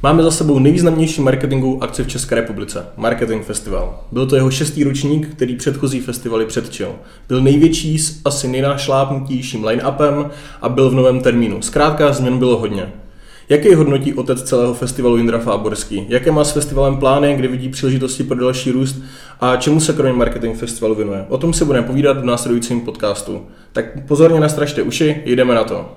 Máme za sebou nejvýznamnější marketingovou akci v České republice, Marketing Festival. Byl to jeho 6. ročník, který předchozí festivaly předčil. Byl největší s asi nejnašlápnutějším line-upem a byl v novém termínu. Zkrátka změn bylo hodně. Jaký hodnotí otec celého festivalu Jindra Fáborský? Jaké má s festivalem plány, kde vidí příležitosti pro další růst a čemu se kromě Marketing Festivalu věnuje? O tom si budeme povídat v následujícím podcastu. Tak pozorně nastražte uši, jdeme na to.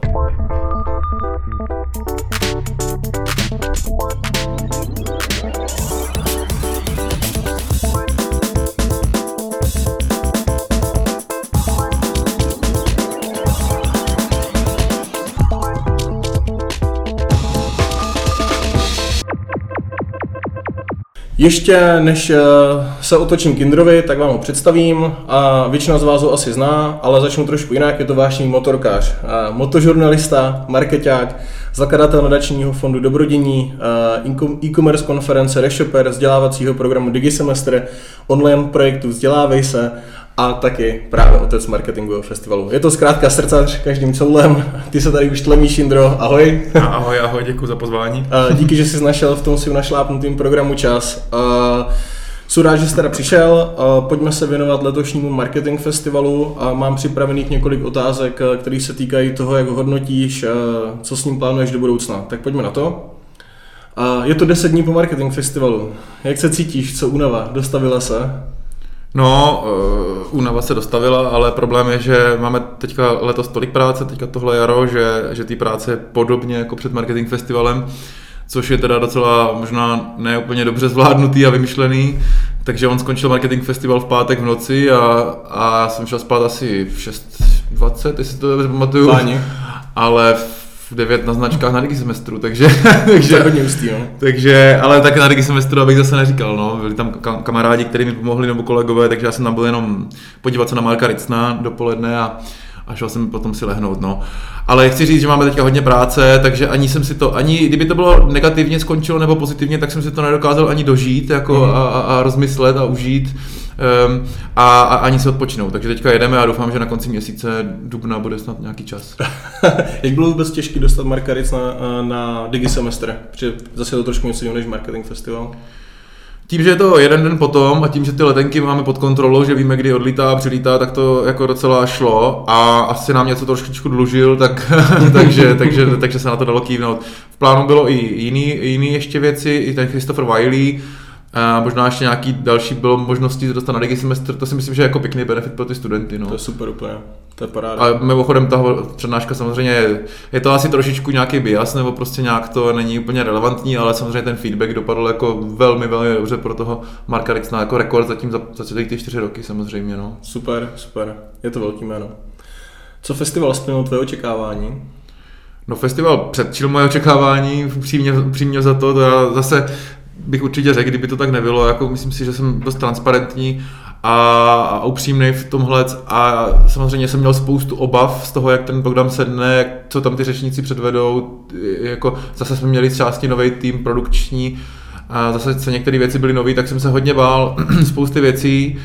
Ještě než se otočím k Jindrovi, tak vám ho představím a většina z vás ho asi zná, ale začnu trošku jinak, je to vášnivý motorkář, motožurnalista, markeťák, zakladatel nadačního fondu Dobrodění, e-commerce konference Reshopper, vzdělávacího programu DigiSemestr, online projektu Vzdělávej se a taky právě otec marketingového festivalu. Je to zkrátka srdcař každým coulem. Ty se tady už tlemíš, Jindro, ahoj. Ahoj, děkuji za pozvání. Díky, že jsi našel v tom svým našlápnutým programu čas. Jsem rád, že jsi teda přišel. Pojďme se věnovat letošnímu Marketing Festivalu. Mám připravených několik otázek, které se týkají toho, jak ho hodnotíš, co s ním plánuješ do budoucna. Tak pojďme na to. Je to 10 dní po Marketing Festivalu. Jak se cítíš? Co únava? Dostavila se? No, únava se dostavila, ale problém je, že máme teďka letos tolik práce, teďka tohle jaro, že ty práce je podobně jako před Marketing Festivalem, což je teda docela možná neúplně dobře zvládnutý a vymyšlený. Takže on skončil Marketing Festival v pátek v noci a jsem šel spát asi v 6:20, jestli to dobře pamatuju. Ale v 9 na značkách na DigiSemestru, takže hodně hustý, no. Takže, ale tak na DigiSemestru, abych zase neříkal, no, byli tam kamarádi, kteří mi pomohli, nebo kolegové, takže já jsem tam byl jenom podívat se na Marka Ricna dopoledne a šel jsem potom si lehnout, no. Ale chci říct, že máme teďka hodně práce, takže ani kdyby to bylo negativně skončilo nebo pozitivně, tak jsem si to nedokázal ani dožít jako a rozmyslet a užít a ani se odpočinout. Takže teďka jedeme a doufám, že na konci měsíce dubna bude snad nějaký čas. Jak bylo vůbec těžké dostat Marka Ricna na DigiSemestr? Protože zase je to trošku něco jiného než Marketing Festival. Tím, že je to jeden den potom a tím, že ty letenky máme pod kontrolou, že víme, kdy odlítá a přilítá, tak to jako docela šlo a asi nám něco trošičku dlužil, takže se na to dalo kývnout. V plánu bylo i jiný ještě věci, i ten Christopher Wiley, a možná ještě nějaký další bylo možnosti dostat na DigiSemestr, to si myslím, že je jako pěkný benefit pro ty studenty. No. To je super úplně, to je paráda. A mimochodem ta přednáška samozřejmě je to asi trošičku nějaký bias, nebo prostě nějak to není úplně relevantní, ale samozřejmě ten feedback dopadl jako velmi, velmi dobře pro toho Marka Ricna, jako rekord zatím za celé ty 4 roky samozřejmě. No. Super, je to velký jméno. Co festival splnil tvoje očekávání? No festival předčil moje očekávání, upřímně za to já zase bych určitě řekl, kdyby to tak nebylo, jako myslím si, že jsem dost transparentní a upřímnej v tomhle a samozřejmě jsem měl spoustu obav z toho, jak ten program sedne, co tam ty řečníci předvedou, jako zase jsme měli z části nový tým produkční a zase se některé věci byly nový, tak jsem se hodně bál spousty věcí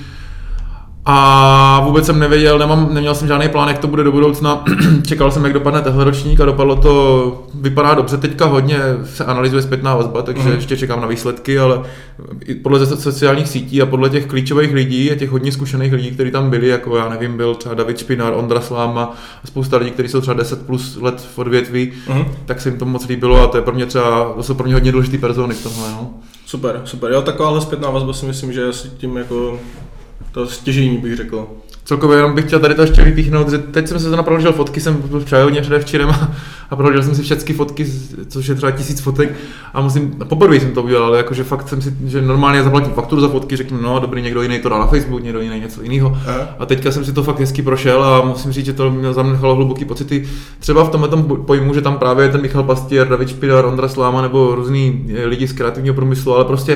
a vůbec jsem neměl jsem žádný plán, jak to bude do budoucna, čekal jsem, jak dopadne tenhle ročník a dopadlo to, vypadá dobře, teďka hodně se analyzuje zpětná vazba, takže ještě čekám na výsledky, ale podle sociálních sítí a podle těch klíčových lidí a těch hodně zkušených lidí, kteří tam byli, jako já nevím, byl třeba David Špinár, Ondra Sláma a spousta lidí, kteří jsou třeba 10+ let v odvětví, tak se jim to moc líbilo a to jsou pro mě hodně důležitý persony v tomhle, no. Super, jo, takováhle zpětná vazba si myslím, že asi tím jako to stěžení bych řekl. Celkově jenom bych chtěl tady to ještě vypíchnout, že teď jsem se to naprožil fotky, jsem byl v čajovně předevčírem a prohodil jsem si všechny fotky, což je třeba 1000 fotek a poprvé jsem to udělal, jakože fakt jsem si, že normálně zaplatím fakturu za fotky, řeknu, no dobrý, někdo jiný to dá na Facebook, někdo jiný něco jiného. A teďka jsem si to fakt hezky prošel a musím říct, že to mě zanechalo hluboký pocity. Třeba v tomhle pojmu, že tam právě je ten Michal Pastěr, David Špinár, Ondra Sláma nebo různý lidi z kreativního průmyslu, ale prostě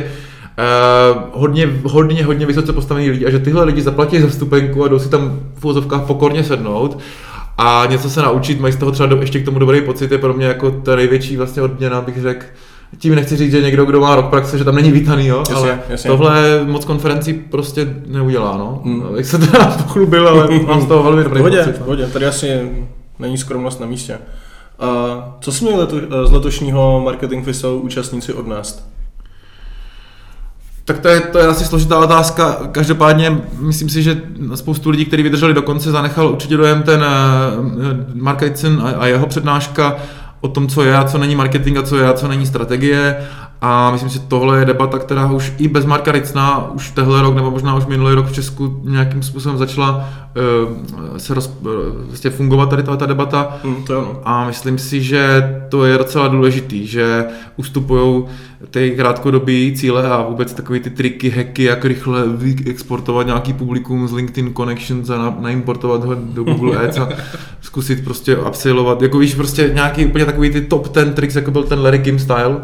hodně vysoce postavení lidi a že tyhle lidi zaplatí za vstupenku a jdou si tam v úvozovkách pokorně sednout a něco se naučit, mají z toho třeba ještě k tomu dobrý pocit, je pro mě jako ta největší vlastně odměna, bych řekl. Tím nechci říct, že někdo, kdo má rok praxe, že tam není vítaný, jo? Ale tohle moc konferencí prostě neudělá, no. Jak se teda pochlubil, ale mám z toho velmi dobrý pocit. Pohodě, tady asi není skromnost na místě. A co si měli z letošního Marketing Festivalu účastníci odnést? Tak to je asi složitá otázka. Každopádně myslím si, že spoustu lidí, kteří vydrželi do konce, zanechal určitě dojem ten Mark Eitzen a jeho přednáška o tom, co je a co není marketing a co je a co není strategie. A myslím si, že tohle je debata, která už i bez Marka Eitzena už tehle rok nebo možná už minulý rok v Česku nějakým způsobem začala vlastně fungovat tady ta debata. A myslím si, že to je docela důležitý, že ustupují ty krátkodobé cíle a vůbec takový ty triky, hacky, jak rychle exportovat nějaký publikum z LinkedIn Connections a naimportovat ho do Google Ads a zkusit prostě upsellovat, jako víš, prostě nějaký úplně takový ty top 10 tricks, jako byl ten Larry Kim style,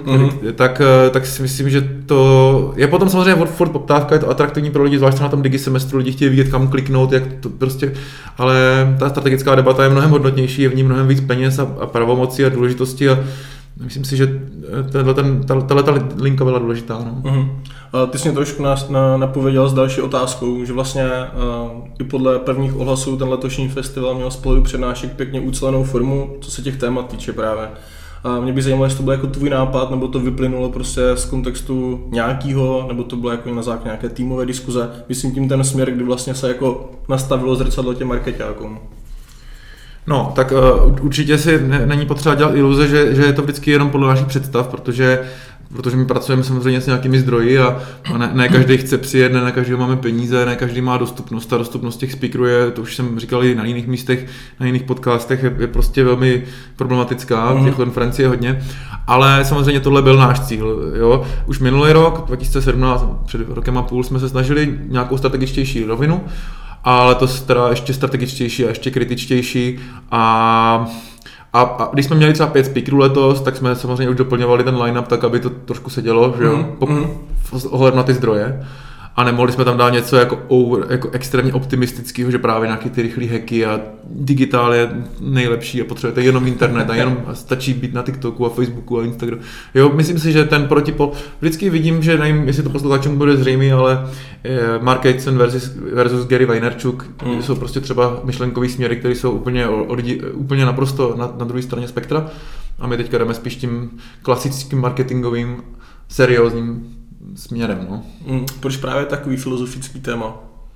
tak si myslím, že to je potom samozřejmě furt poptávka, je to atraktivní pro lidi, zvláště na tom digisemestru, lidi chtějí vidět, kam kliknout, jak to prostě, ale ta strategická debata je mnohem hodnotnější, je v ní mnohem víc peněz a pravomocí a důležitosti a myslím si, že tato linka byla důležitá. No. Ty jsi mě trošku napověděl s další otázkou, že vlastně i podle prvních ohlasů ten letošní festival měl z pohledu přednášek pěkně ucelenou formu, co se těch témat týče právě. A mě by zajímalo, jestli to byl jako tvůj nápad, nebo to vyplynulo prostě z kontextu nějakýho, nebo to bylo jako na základě nějaké týmové diskuze. Myslím tím ten směr, kdy vlastně se jako nastavilo zrcadlo těm marketákům. No, tak určitě si není potřeba dělat iluze, že je to vždycky jenom podle našich představ, protože my pracujeme samozřejmě s nějakými zdroji a ne každý chce přijet, ne každý máme peníze, ne každý má dostupnost. Ta dostupnost těch speakerů je, to už jsem říkal i na jiných místech, na jiných podcastech, je prostě velmi problematická, těch konferencí je hodně, ale samozřejmě tohle byl náš cíl. Jo? Už minulý rok, 2017, před rokem a půl, jsme se snažili nějakou strategičtější rovinu, ale to teda ještě strategičtější a ještě kritičtější a když jsme měli třeba 5 speakerů letos, tak jsme samozřejmě už doplňovali ten line-up tak, aby to trošku sedělo, že jo, ohledem na ty zdroje. A nemohli jsme tam dát něco jako extrémně optimistického, že právě nějaký ty rychlý hacky a digitál je nejlepší a potřebujete jenom internet a jenom stačí být na TikToku a Facebooku a Instagramu. Jo, myslím si, že ten protipol, vždycky vidím, že nevím, jestli to posluchačům bude zřejmý, ale Mark Eitzen versus Gary Vaynerchuk jsou prostě třeba myšlenkový směry, které jsou úplně naprosto na druhé straně spektra a my teďka jdeme spíš tím klasickým marketingovým, seriózním směrem, no. Proč právě takový filozofický téma?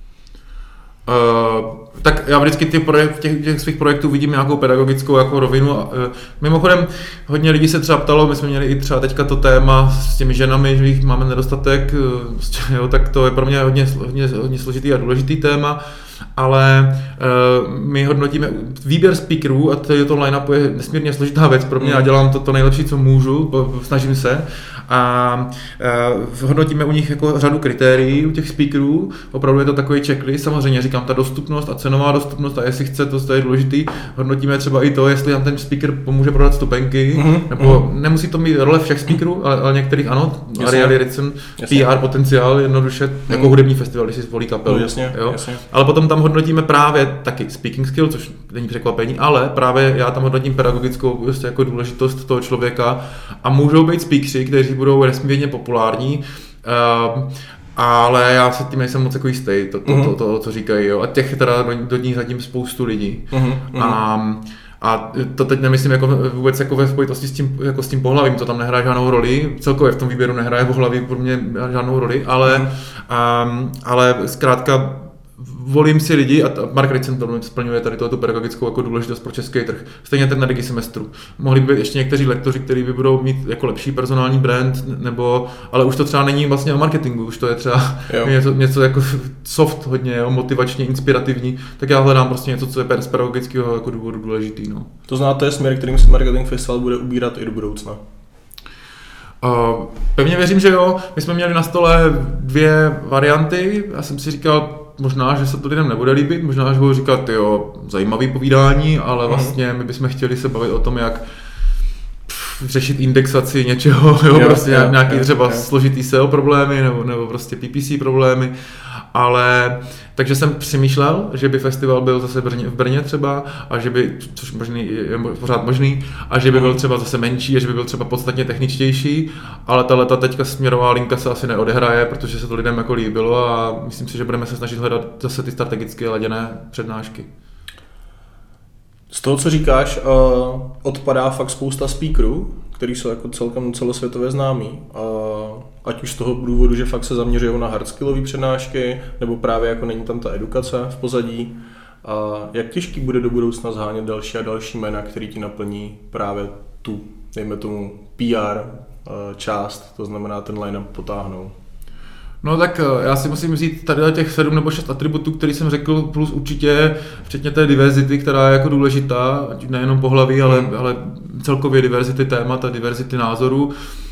Tak já vždycky v těch svých projektů vidím nějakou pedagogickou jako rovinu. Mimochodem, hodně lidí se třeba ptalo, my jsme měli i třeba teďka to téma s těmi ženami, že jich máme nedostatek, jo, tak to je pro mě hodně složitý a důležitý téma, ale my hodnotíme výběr speakerů a to line-upu je nesmírně složitá věc pro mě, já dělám to nejlepší, co můžu, snažím se a hodnotíme u nich jako řadu kritérií u těch speakerů, opravdu je to takový checklist, samozřejmě říkám ta dostupnost a cenová dostupnost a jestli chce, to je důležitý, hodnotíme třeba i to, jestli nám ten speaker pomůže prodat stupenky, nebo nemusí to mít role všech speakerů, ale některých ano, Ariely Ritson, PR potenciál jednoduše, jako hudební festival, když si zvolí kapelu, jasně. Ale potom tam hodnotíme právě taky speaking skill, což není překvapení, ale právě já tam hodnotím pedagogickou prostě jako důležitost toho člověka a můžou být speakři, kteří budou nesmírně populární, ale já se tím nejsem moc jako jistý, to co říkají, jo. A těch teda do nich zatím spoustu lidí. A to teď nemyslím jako vůbec jako ve spojitosti s tím pohlavím, to tam nehraje žádnou roli, celkově v tom výběru nehraje pohlaví pro mě žádnou roli, ale zkrátka volím si lidi a Mark Eitzen splňuje tady tu pedagogickou jako důležitost pro český trh. Stejně ten na digisemestru. Mohli by být ještě někteří lektoři, kteří by budou mít jako lepší personální brand, ale už to třeba není vlastně o marketingu, už to je třeba něco jako soft hodně, jo, motivačně, inspirativní, tak já hledám prostě něco, co je z pedagogického jako důvodu důležitý. No. To znamená, to je směr, kterým se Marketing Festival bude ubírat i do budoucna. Pevně věřím, že jo. My jsme měli na stole 2 varianty. Já jsem si říkal, možná, že se to lidem nebude líbit, možná, že budou říkat, jo, zajímavý povídání, ale vlastně my bychom chtěli se bavit o tom, jak řešit indexaci něčeho, nějaký třeba složitý SEO problémy nebo prostě PPC problémy. Ale takže jsem přemýšlel, že by festival byl zase v Brně třeba a že by, což možný, je pořád možný, a že by byl třeba zase menší a že by byl třeba podstatně techničtější, ale ta teďka směrová linka se asi neodehraje, protože se to lidem jako líbilo a myslím si, že budeme se snažit hledat zase ty strategicky laděné přednášky. Z toho, co říkáš, odpadá fakt spousta speakerů, který jsou jako celkem celosvětově známí. Ať už z toho důvodu, že fakt se zaměřují na hardskillové přednášky, nebo právě jako není tam ta edukace v pozadí. Jak těžký bude do budoucna zhánět další a další jména, který ti naplní právě tu, dejme tomu, PR část, to znamená ten line-up potáhnou? No tak já si musím vzít tady těch 7 nebo 6 atributů, který jsem řekl, plus určitě včetně té diverzity, která je jako důležitá, nejenom pohlaví, ale celkově diverzity témat a diverzity názorů.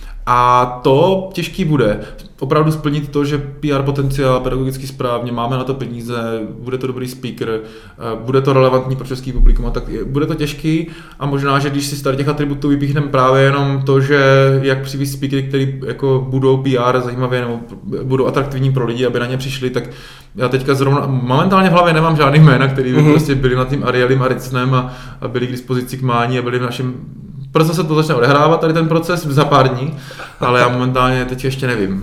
A to těžký bude. Opravdu splnit to, že PR potenciál pedagogicky správně, máme na to peníze, bude to dobrý speaker, bude to relevantní pro český publikum a tak bude to těžký a možná, že když si z těch atributů vypíchneme právě jenom to, že jak přivést speakery, který jako budou PR zajímavé nebo budou atraktivní pro lidi, aby na ně přišli, tak já teďka zrovna momentálně v hlavě nemám žádný jména, který by prostě byli nad tím Arielem a Ritznem a byli k dispozici k mání a byli v našem. Proto se to začne odehrávat, tady ten proces, za pár dní, ale já momentálně teď ještě nevím.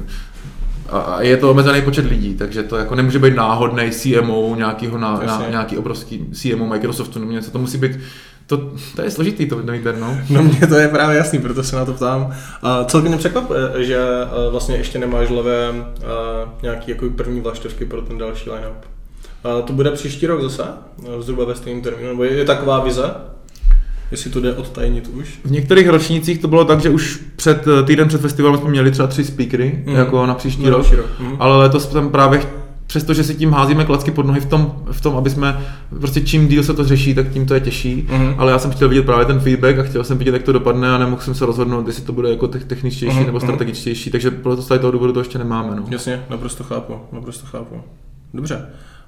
A je to omezený počet lidí, takže to jako nemůže být náhodný CMO nějaký obrovský CMO Microsoftu, nebo něco, to musí být, to je složitý to výběr, no. No mně to je právě jasný, proto se na to ptám. Celkem mě překvapuje, že vlastně ještě nemáš v hlavě nějaký jako první vlaštovky pro ten další line-up. To bude příští rok zase, zhruba ve stejném termínu, nebo je taková vize? Jestli to jde odtajnit už? V některých ročnících to bylo tak, že už týden před festivalem jsme měli třeba 3 speakery, jako na příští rok. Ale letos tam právě, přestože si tím házíme klacky pod nohy v tom, aby jsme, prostě čím díl se to řeší, tak tím to je těžší. Ale já jsem chtěl vidět právě ten feedback a chtěl jsem vidět, jak to dopadne a nemohl jsem se rozhodnout, jestli to bude jako techničtější nebo strategičtější, takže proto z toho důvodu to ještě nemáme. No. Jasně, naprosto chápu. Dobře.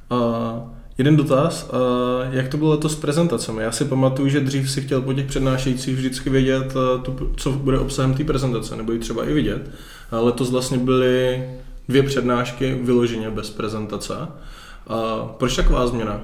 Jeden dotaz, jak to bylo letos s prezentacemi? Já si pamatuju, že dřív si chtěl po těch přednášejících vždycky vědět, co bude obsahem té prezentace, nebo ji třeba i vidět. Letos vlastně byly 2 přednášky vyloženě bez prezentace. Proč taková změna?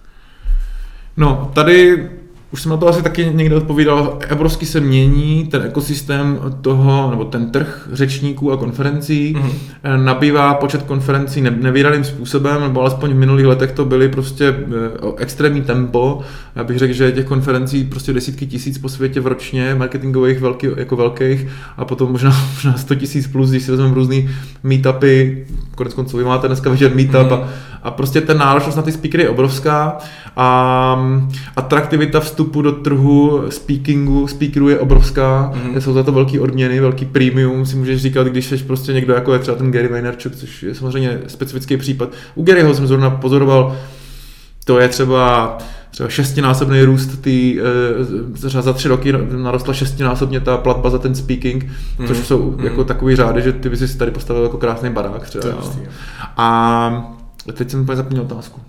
No, tady už jsem na to asi taky někde odpovídal, obrovsky se mění ten ekosystém toho, nebo ten trh řečníků a konferencí, nabývá počet konferencí nevídaným způsobem, nebo alespoň v minulých letech to byly prostě extrémní tempo. Já bych řekl, že těch konferencí prostě desítky tisíc po světě v ročně, marketingových velkých a potom možná 100 000 plus, když si vezmeme různý meetupy, konec konců vy máte dneska večer meetup a prostě ten náročnost na ty speakery je obrovská a atraktivita vstupu do trhu speakerů je obrovská, jsou za to velký odměny, velký premium, si můžeš říkat, když jsi prostě někdo jako je třeba ten Gary Vaynerchuk, což je samozřejmě specifický případ. U Garyho jsem zrovna pozoroval, to je třeba 6násobný růst, za 3 roky narostla 6násobně ta platba za ten speaking, což jsou jako takový řády, že ty bys si tady postavil jako krásný barák třeba. A teď jsem úplně zapomněl otázku.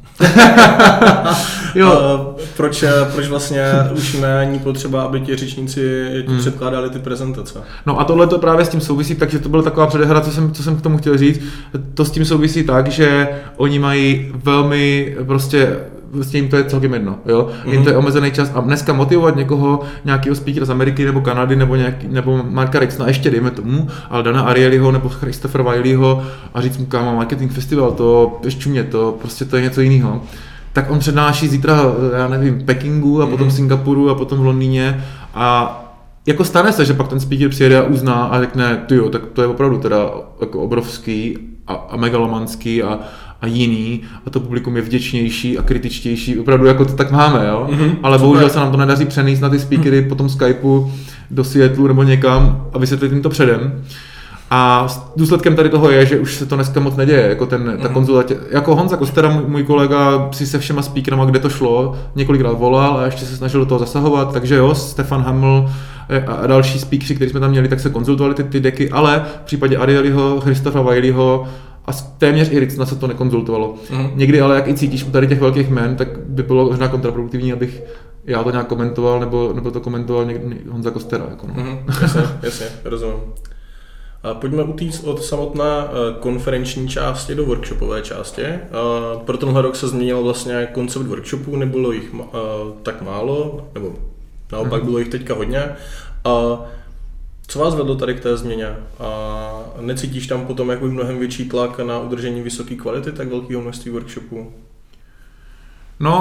Proč vlastně už není potřeba, aby ti řečníci předkládali ty prezentace? No a tohle to právě s tím souvisí, takže to byla taková předehra, co jsem k tomu chtěl říct. To s tím souvisí tak, že oni mají velmi prostě jim to je celkem jedno, jo? Jim to je omezený čas a dneska motivovat nějakého speakera z Ameriky nebo Kanady nebo Marka Rixna, ještě dejme tomu, ale Dana Arielyho nebo Christopher Wileyho a říct mu, kámo, marketing festival, to ještě to prostě to je něco jiného. Tak on přednáší zítra, já nevím, Pekingu a potom Singapuru a potom v Londýně a jako stane se, že pak ten speaker přijede a uzná a řekne, tyjo, tak to je opravdu teda jako obrovský a megalomanský a jiný a to publikum je vděčnější a kritičtější, opravdu jako to tak máme, jo? Ale bohužel se nám to nedaří přenést na ty speakery po tom Skypeu do Seattlu nebo někam a vysvětlit jim to předem. A důsledkem tady toho je, že už se to dneska moc neděje, jako ta konzultace, jako Honza Kostera, můj kolega, si se všema speakerama, kde to šlo, několikrát volal a ještě se snažil do toho zasahovat, takže jo, Stefan Haml a další speakeři, kteří jsme tam měli, tak se konzultovali ty deky, ale v případě Arielyho, Christopha Wileyho a téměř i Ritzna se to nekonzultovalo. Někdy ale jak i cítíš u tady těch velkých jmen, tak by bylo možná kontraproduktivní, abych já to nějak komentoval, nebo to komentoval Honza Kostera. Jako no. Jasně, rozumím. Pojďme utíct od samotné konferenční části do workshopové části. Pro tenhle rok se změnil vlastně koncept workshopů, nebylo jich tak málo, nebo naopak bylo jich teďka hodně. Co vás vedlo tady k té změně? Necítíš tam potom jako mnohem větší tlak na udržení vysoké kvality tak velkého množství workshopů? No,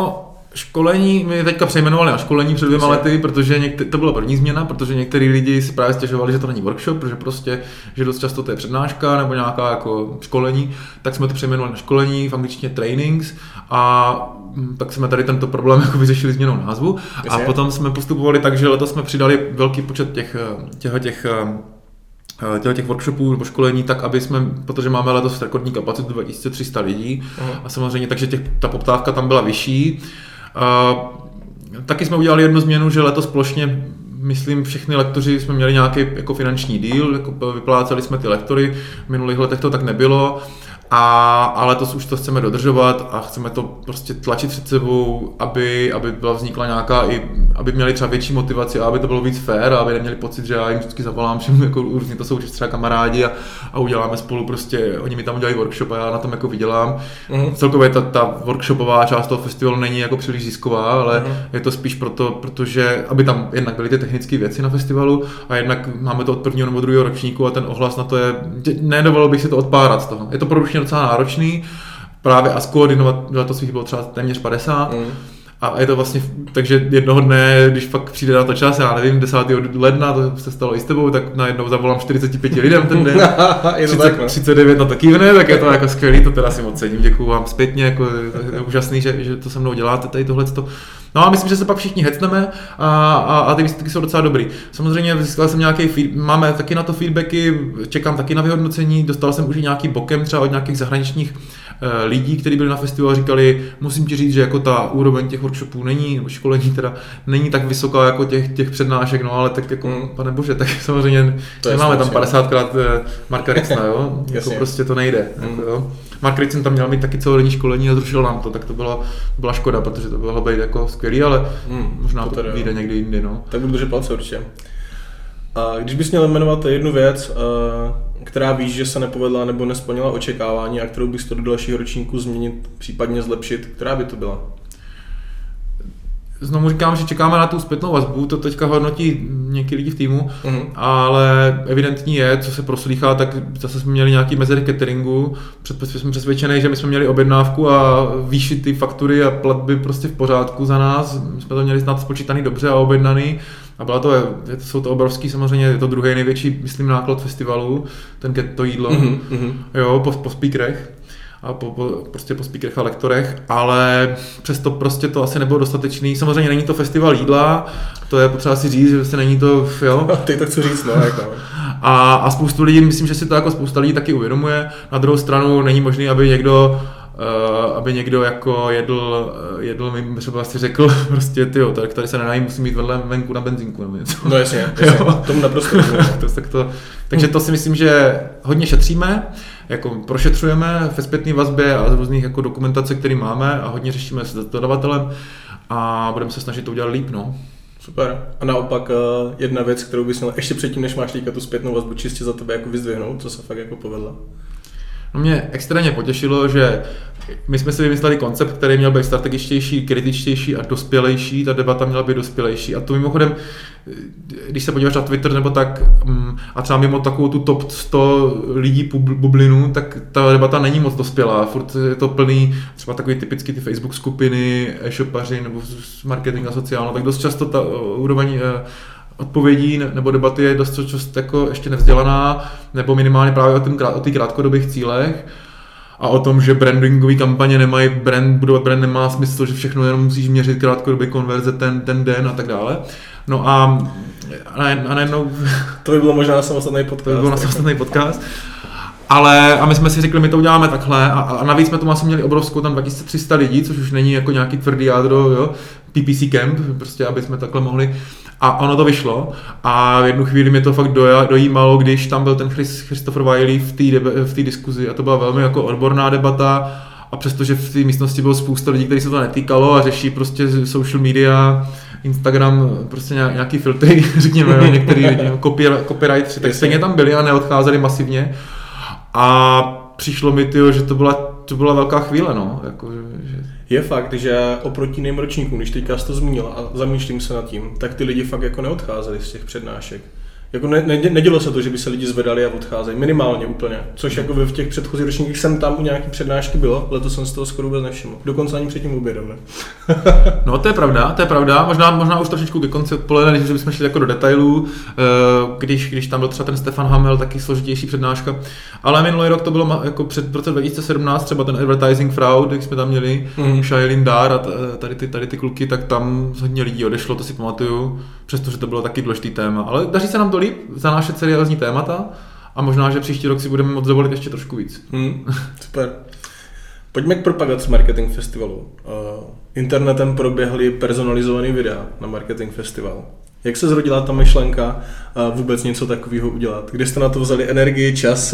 Školení my teďka přejmenovali na školení před 2 lety, protože to byla první změna, protože některý lidi si právě stěžovali, že to není workshop, protože prostě, že dost často to je přednáška nebo nějaká jako školení, tak jsme to přejmenovali na školení, v angličtině trainings a tak jsme tady tento problém jako vyřešili změnou názvu. A potom jsme postupovali tak, že letos jsme přidali velký počet těch workshopů nebo školení, tak aby jsme, protože máme letos rekordní kapacitu 2300 lidí a samozřejmě, takže ta poptávka tam byla vyšší. Taky jsme udělali jednu změnu, že letos plošně, myslím, všechny lektoři jsme měli nějaký jako finanční deal, jako vypláceli jsme ty lektory, v minulých letech to tak nebylo. A letos už to chceme dodržovat a chceme to prostě tlačit před sebou, aby byla vznikla nějaká i, aby měli třeba větší motivaci a aby to bylo víc fair a aby neměli pocit, že já jim vždycky zavolám všem, jako různě to jsou třeba kamarádi a uděláme spolu prostě, oni mi tam udělají workshop a já na tom jako vydělám. Celkově ta workshopová část toho festivalu není jako příliš zisková, ale je to spíš protože aby tam jednak byly ty technické věci na festivalu a jednak máme to od 1. nebo 2. ročníku a ten ohlas na to je, nedovolil bych si to odpárat z toho. Je to produkčně docela náročný, právě a skoordinovat, to svých bylo třeba téměř 50 a je to vlastně, takže jednoho dne, když fakt přijde na to čas, já nevím, 10. ledna, to se stalo i s tebou, tak najednou zavolám 45 lidem ten den, 39 na to kývne, tak je to jako skvělý, to teda si moc cením, děkuju vám zpětně, jako je úžasný, že to se mnou děláte tady tohleto. No a myslím, že se pak všichni hecneme a ty výsledky jsou docela dobrý. Samozřejmě získal jsem máme taky na to feedbacky, čekám taky na vyhodnocení, dostal jsem už i nějaký bokem třeba od nějakých zahraničních lidí, kteří byli na festivalu a říkali, musím ti říct, že jako ta úroveň těch workshopů není, nebo školení teda není tak vysoká jako těch přednášek, no ale tak jako, pane bože, tak samozřejmě nemáme tam 50krát Marka Ritzna, jo, jako prostě to nejde, jako, jo. Mark Ritzn tam měl mít taky celodenní školení a zrušil nám to, tak to byla škoda, protože to bylo být jako skvělý, ale možná to vyjde někdy jindy, no. Tak budu držet palce určitě. A když bys měl jmenovat jednu věc, která víš, že se nepovedla nebo nesplnila očekávání a kterou bys to do dalšího ročníku změnit, případně zlepšit, která by to byla? Znovu říkám, že čekáme na tu zpětnou vazbu, to teďka hodnotí někdy lidi v týmu, ale evidentní je, co se proslýchá, tak zase jsme měli nějaký mezery cateringu, jsme přesvědčený, že my jsme měli objednávku a výši ty faktury a platby prostě v pořádku za nás, my jsme to měli snad spočítaný dobře a objednaný a jsou to obrovský, samozřejmě je to druhý největší, myslím, náklad festivalu, to jídlo, jo, po speakerech. A prostě po speakerech a lektorech, ale přesto prostě to asi nebylo dostatečný. Samozřejmě není to festival jídla, to je potřeba si říct, že prostě není to, jo. Ty to chci říct, no, jako. A spoustu lidí, myslím, že si to jako spousta lidí taky uvědomuje. Na druhou stranu není možný, aby někdo jako jedl mi třeba si řekl, prostě tyjo, tady se nenají, musím mít venku na benzínku nebo něco. No jasně, tomu naprosto. Takže to si myslím, že hodně šetříme, jako prošetřujeme ve zpětné vazbě a z různých jako dokumentace, které máme a hodně řešíme s dodavatelem a budeme se snažit to udělat líp, no. Super. A naopak jedna věc, kterou bys měl ještě předtím, než máš teďka tu zpětnou vazbu, čistě za tebe jako vyzdvihnout, co se fakt jako povedla. No mě extrémně potěšilo, že my jsme si vymysleli koncept, který měl být strategičtější, kritičtější a dospělejší, ta debata měla být dospělejší. A to mimochodem, když se podíváš na Twitter nebo tak, a třeba mimo takovou tu top 100 lidí bublinu, tak ta debata není moc dospělá. Furt je to plný, třeba takový typicky ty Facebook skupiny, e-shopaři nebo marketing a sociálno, tak dost často ta úroveň odpovědí nebo debaty je dost jako ještě nevzdělaná, nebo minimálně právě o těch krátkodobých cílech a o tom, že brandingové kampaně nemají budovat brand nemá smysl, že všechno jenom musíš měřit krátkodobě konverze ten den a tak dále. No a najednou... To by bylo možná na samostatný podcast. Ale a my jsme si řekli, my to uděláme takhle a navíc jsme tomu asi měli obrovskou, tam 2300 lidí, což už není jako nějaký tvrdý jádro, jo, PPC camp, prostě aby jsme takhle mohli. A ono to vyšlo a v jednu chvíli mě to fakt dojímalo, když tam byl ten Christopher Wiley v té diskuzi a to byla velmi jako odborná debata a přestože v té místnosti bylo spousta lidí, kteří se to netýkalo a řeší prostě social media, Instagram, prostě nějaký filtry, řekněme, některý copywriteri, tak stejně tam byli a neodcházeli masivně a přišlo mi, že to byla velká chvíle, no, jako, že... Je fakt, že oproti jiným ročníkům, když teďka jsi to zmínil a zamýšlím se nad tím, tak ty lidi fakt jako neodcházeli z těch přednášek. Jako nedělo se to, že by se lidi zvedali a odcházeli, minimálně úplně, což jako v těch předchozích ročníkách jsem tam u nějaký přednášky bylo, letos jsem z toho skoro vůbec nevšiml. Dokonce ani před tím obědem, ne? No to je pravda, možná už trošičku ke konci odpoledne, že bychom šli jako do detailů, když tam byl třeba ten Stefan Hamel, taky složitější přednáška, ale minulý rok to bylo jako před roce 2017, třeba ten Advertising Fraud, když jsme tam měli Shailene Dar a tady ty kluky, tak tam hodně lidí odešlo, to si pamatuju, přestože to bylo taky důležitý téma, ale daří se nám to líp zanášet seriózní témata a možná, že příští rok si budeme moct dovolit ještě trošku víc. Super. Pojďme k propagaci Marketing Festivalu. Internetem proběhly personalizované videa na Marketing Festival. Jak se zrodila ta myšlenka vůbec něco takového udělat? Kde jste na to vzali energii, čas?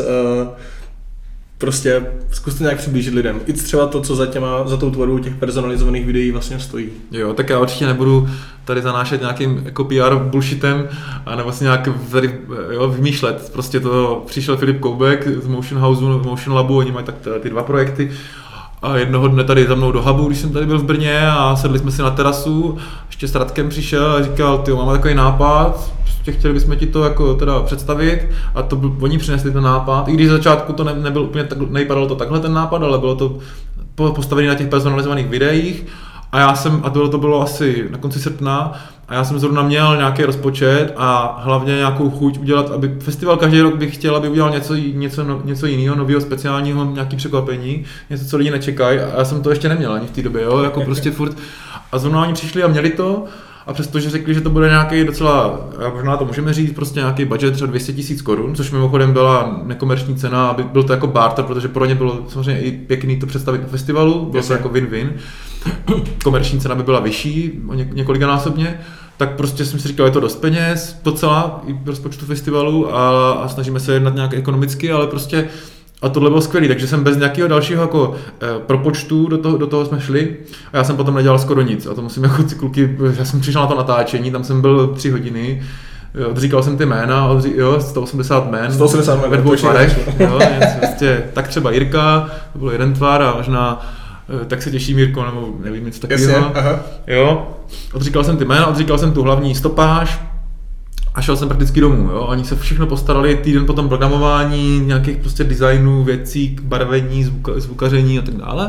Prostě zkuste nějak přiblížit lidem. I třeba to, co za tou tvorbou těch personalizovaných videí vlastně stojí. Jo, tak já určitě nebudu tady zanášet nějakým jako PR bullshitem a nebo si nějak tady vymýšlet. Prostě to přišel Filip Koubek z Motion Houseu, Motion Labu, oni mají tak ty 2 projekty. A jednoho dne tady za mnou do hubu, když jsem tady byl v Brně a sedli jsme si na terasu, ještě s Radkem přišel a říkal, tyjo, máme takový nápad, prostě chtěli bychom ti to jako teda představit a oni přinesli ten nápad, i když z začátku to nebyl úplně nevypadalo to takhle ten nápad, ale bylo to postavené na těch personalizovaných videích a to bylo asi na konci srpna a já jsem zrovna měl nějaký rozpočet a hlavně nějakou chuť udělat, aby festival každý rok bych chtěl, aby udělal něco jiného, nového, speciálního, nějaký překvapení, něco, co lidi nečekají a já jsem to ještě neměl ani v té době, jo, jako prostě furt. A zrovna oni přišli a měli to a přestože řekli, že to bude nějaký docela, možná to můžeme říct, prostě nějaký budget třeba 200 000 korun, což mimochodem byla nekomerční cena, aby byl to jako barter, protože pro ně bylo samozřejmě i pěkný to představit na festivalu, bylo to jako win-win. Komerční cena by byla vyšší, několikanásobně, tak prostě jsem si říkal, je to dost peněz, docela i v rozpočtu festivalu a snažíme se jednat nějak ekonomicky, ale prostě a tohle bylo skvělý, takže jsem bez nějakého dalšího jako propočtu do toho jsme šli a já jsem potom nedělal skoro nic a to musím jako kluky, já jsem přišel na to natáčení, tam jsem byl 3 hodiny, odříkal jsem ty jména, 180 jmén, 180 jmén ve 2 tvarech, prostě, tak třeba Jirka, to byl jeden tvar a možná tak se těším, Jirko, nebo nevím, něco takového. Jo, odříkal jsem ty jména, odříkal jsem tu hlavní stopáž a šel jsem prakticky domů. Jo. Oni se všechno postarali, týden potom programování, nějakých prostě designů, věcí, barvení, zvukaření a tak dále.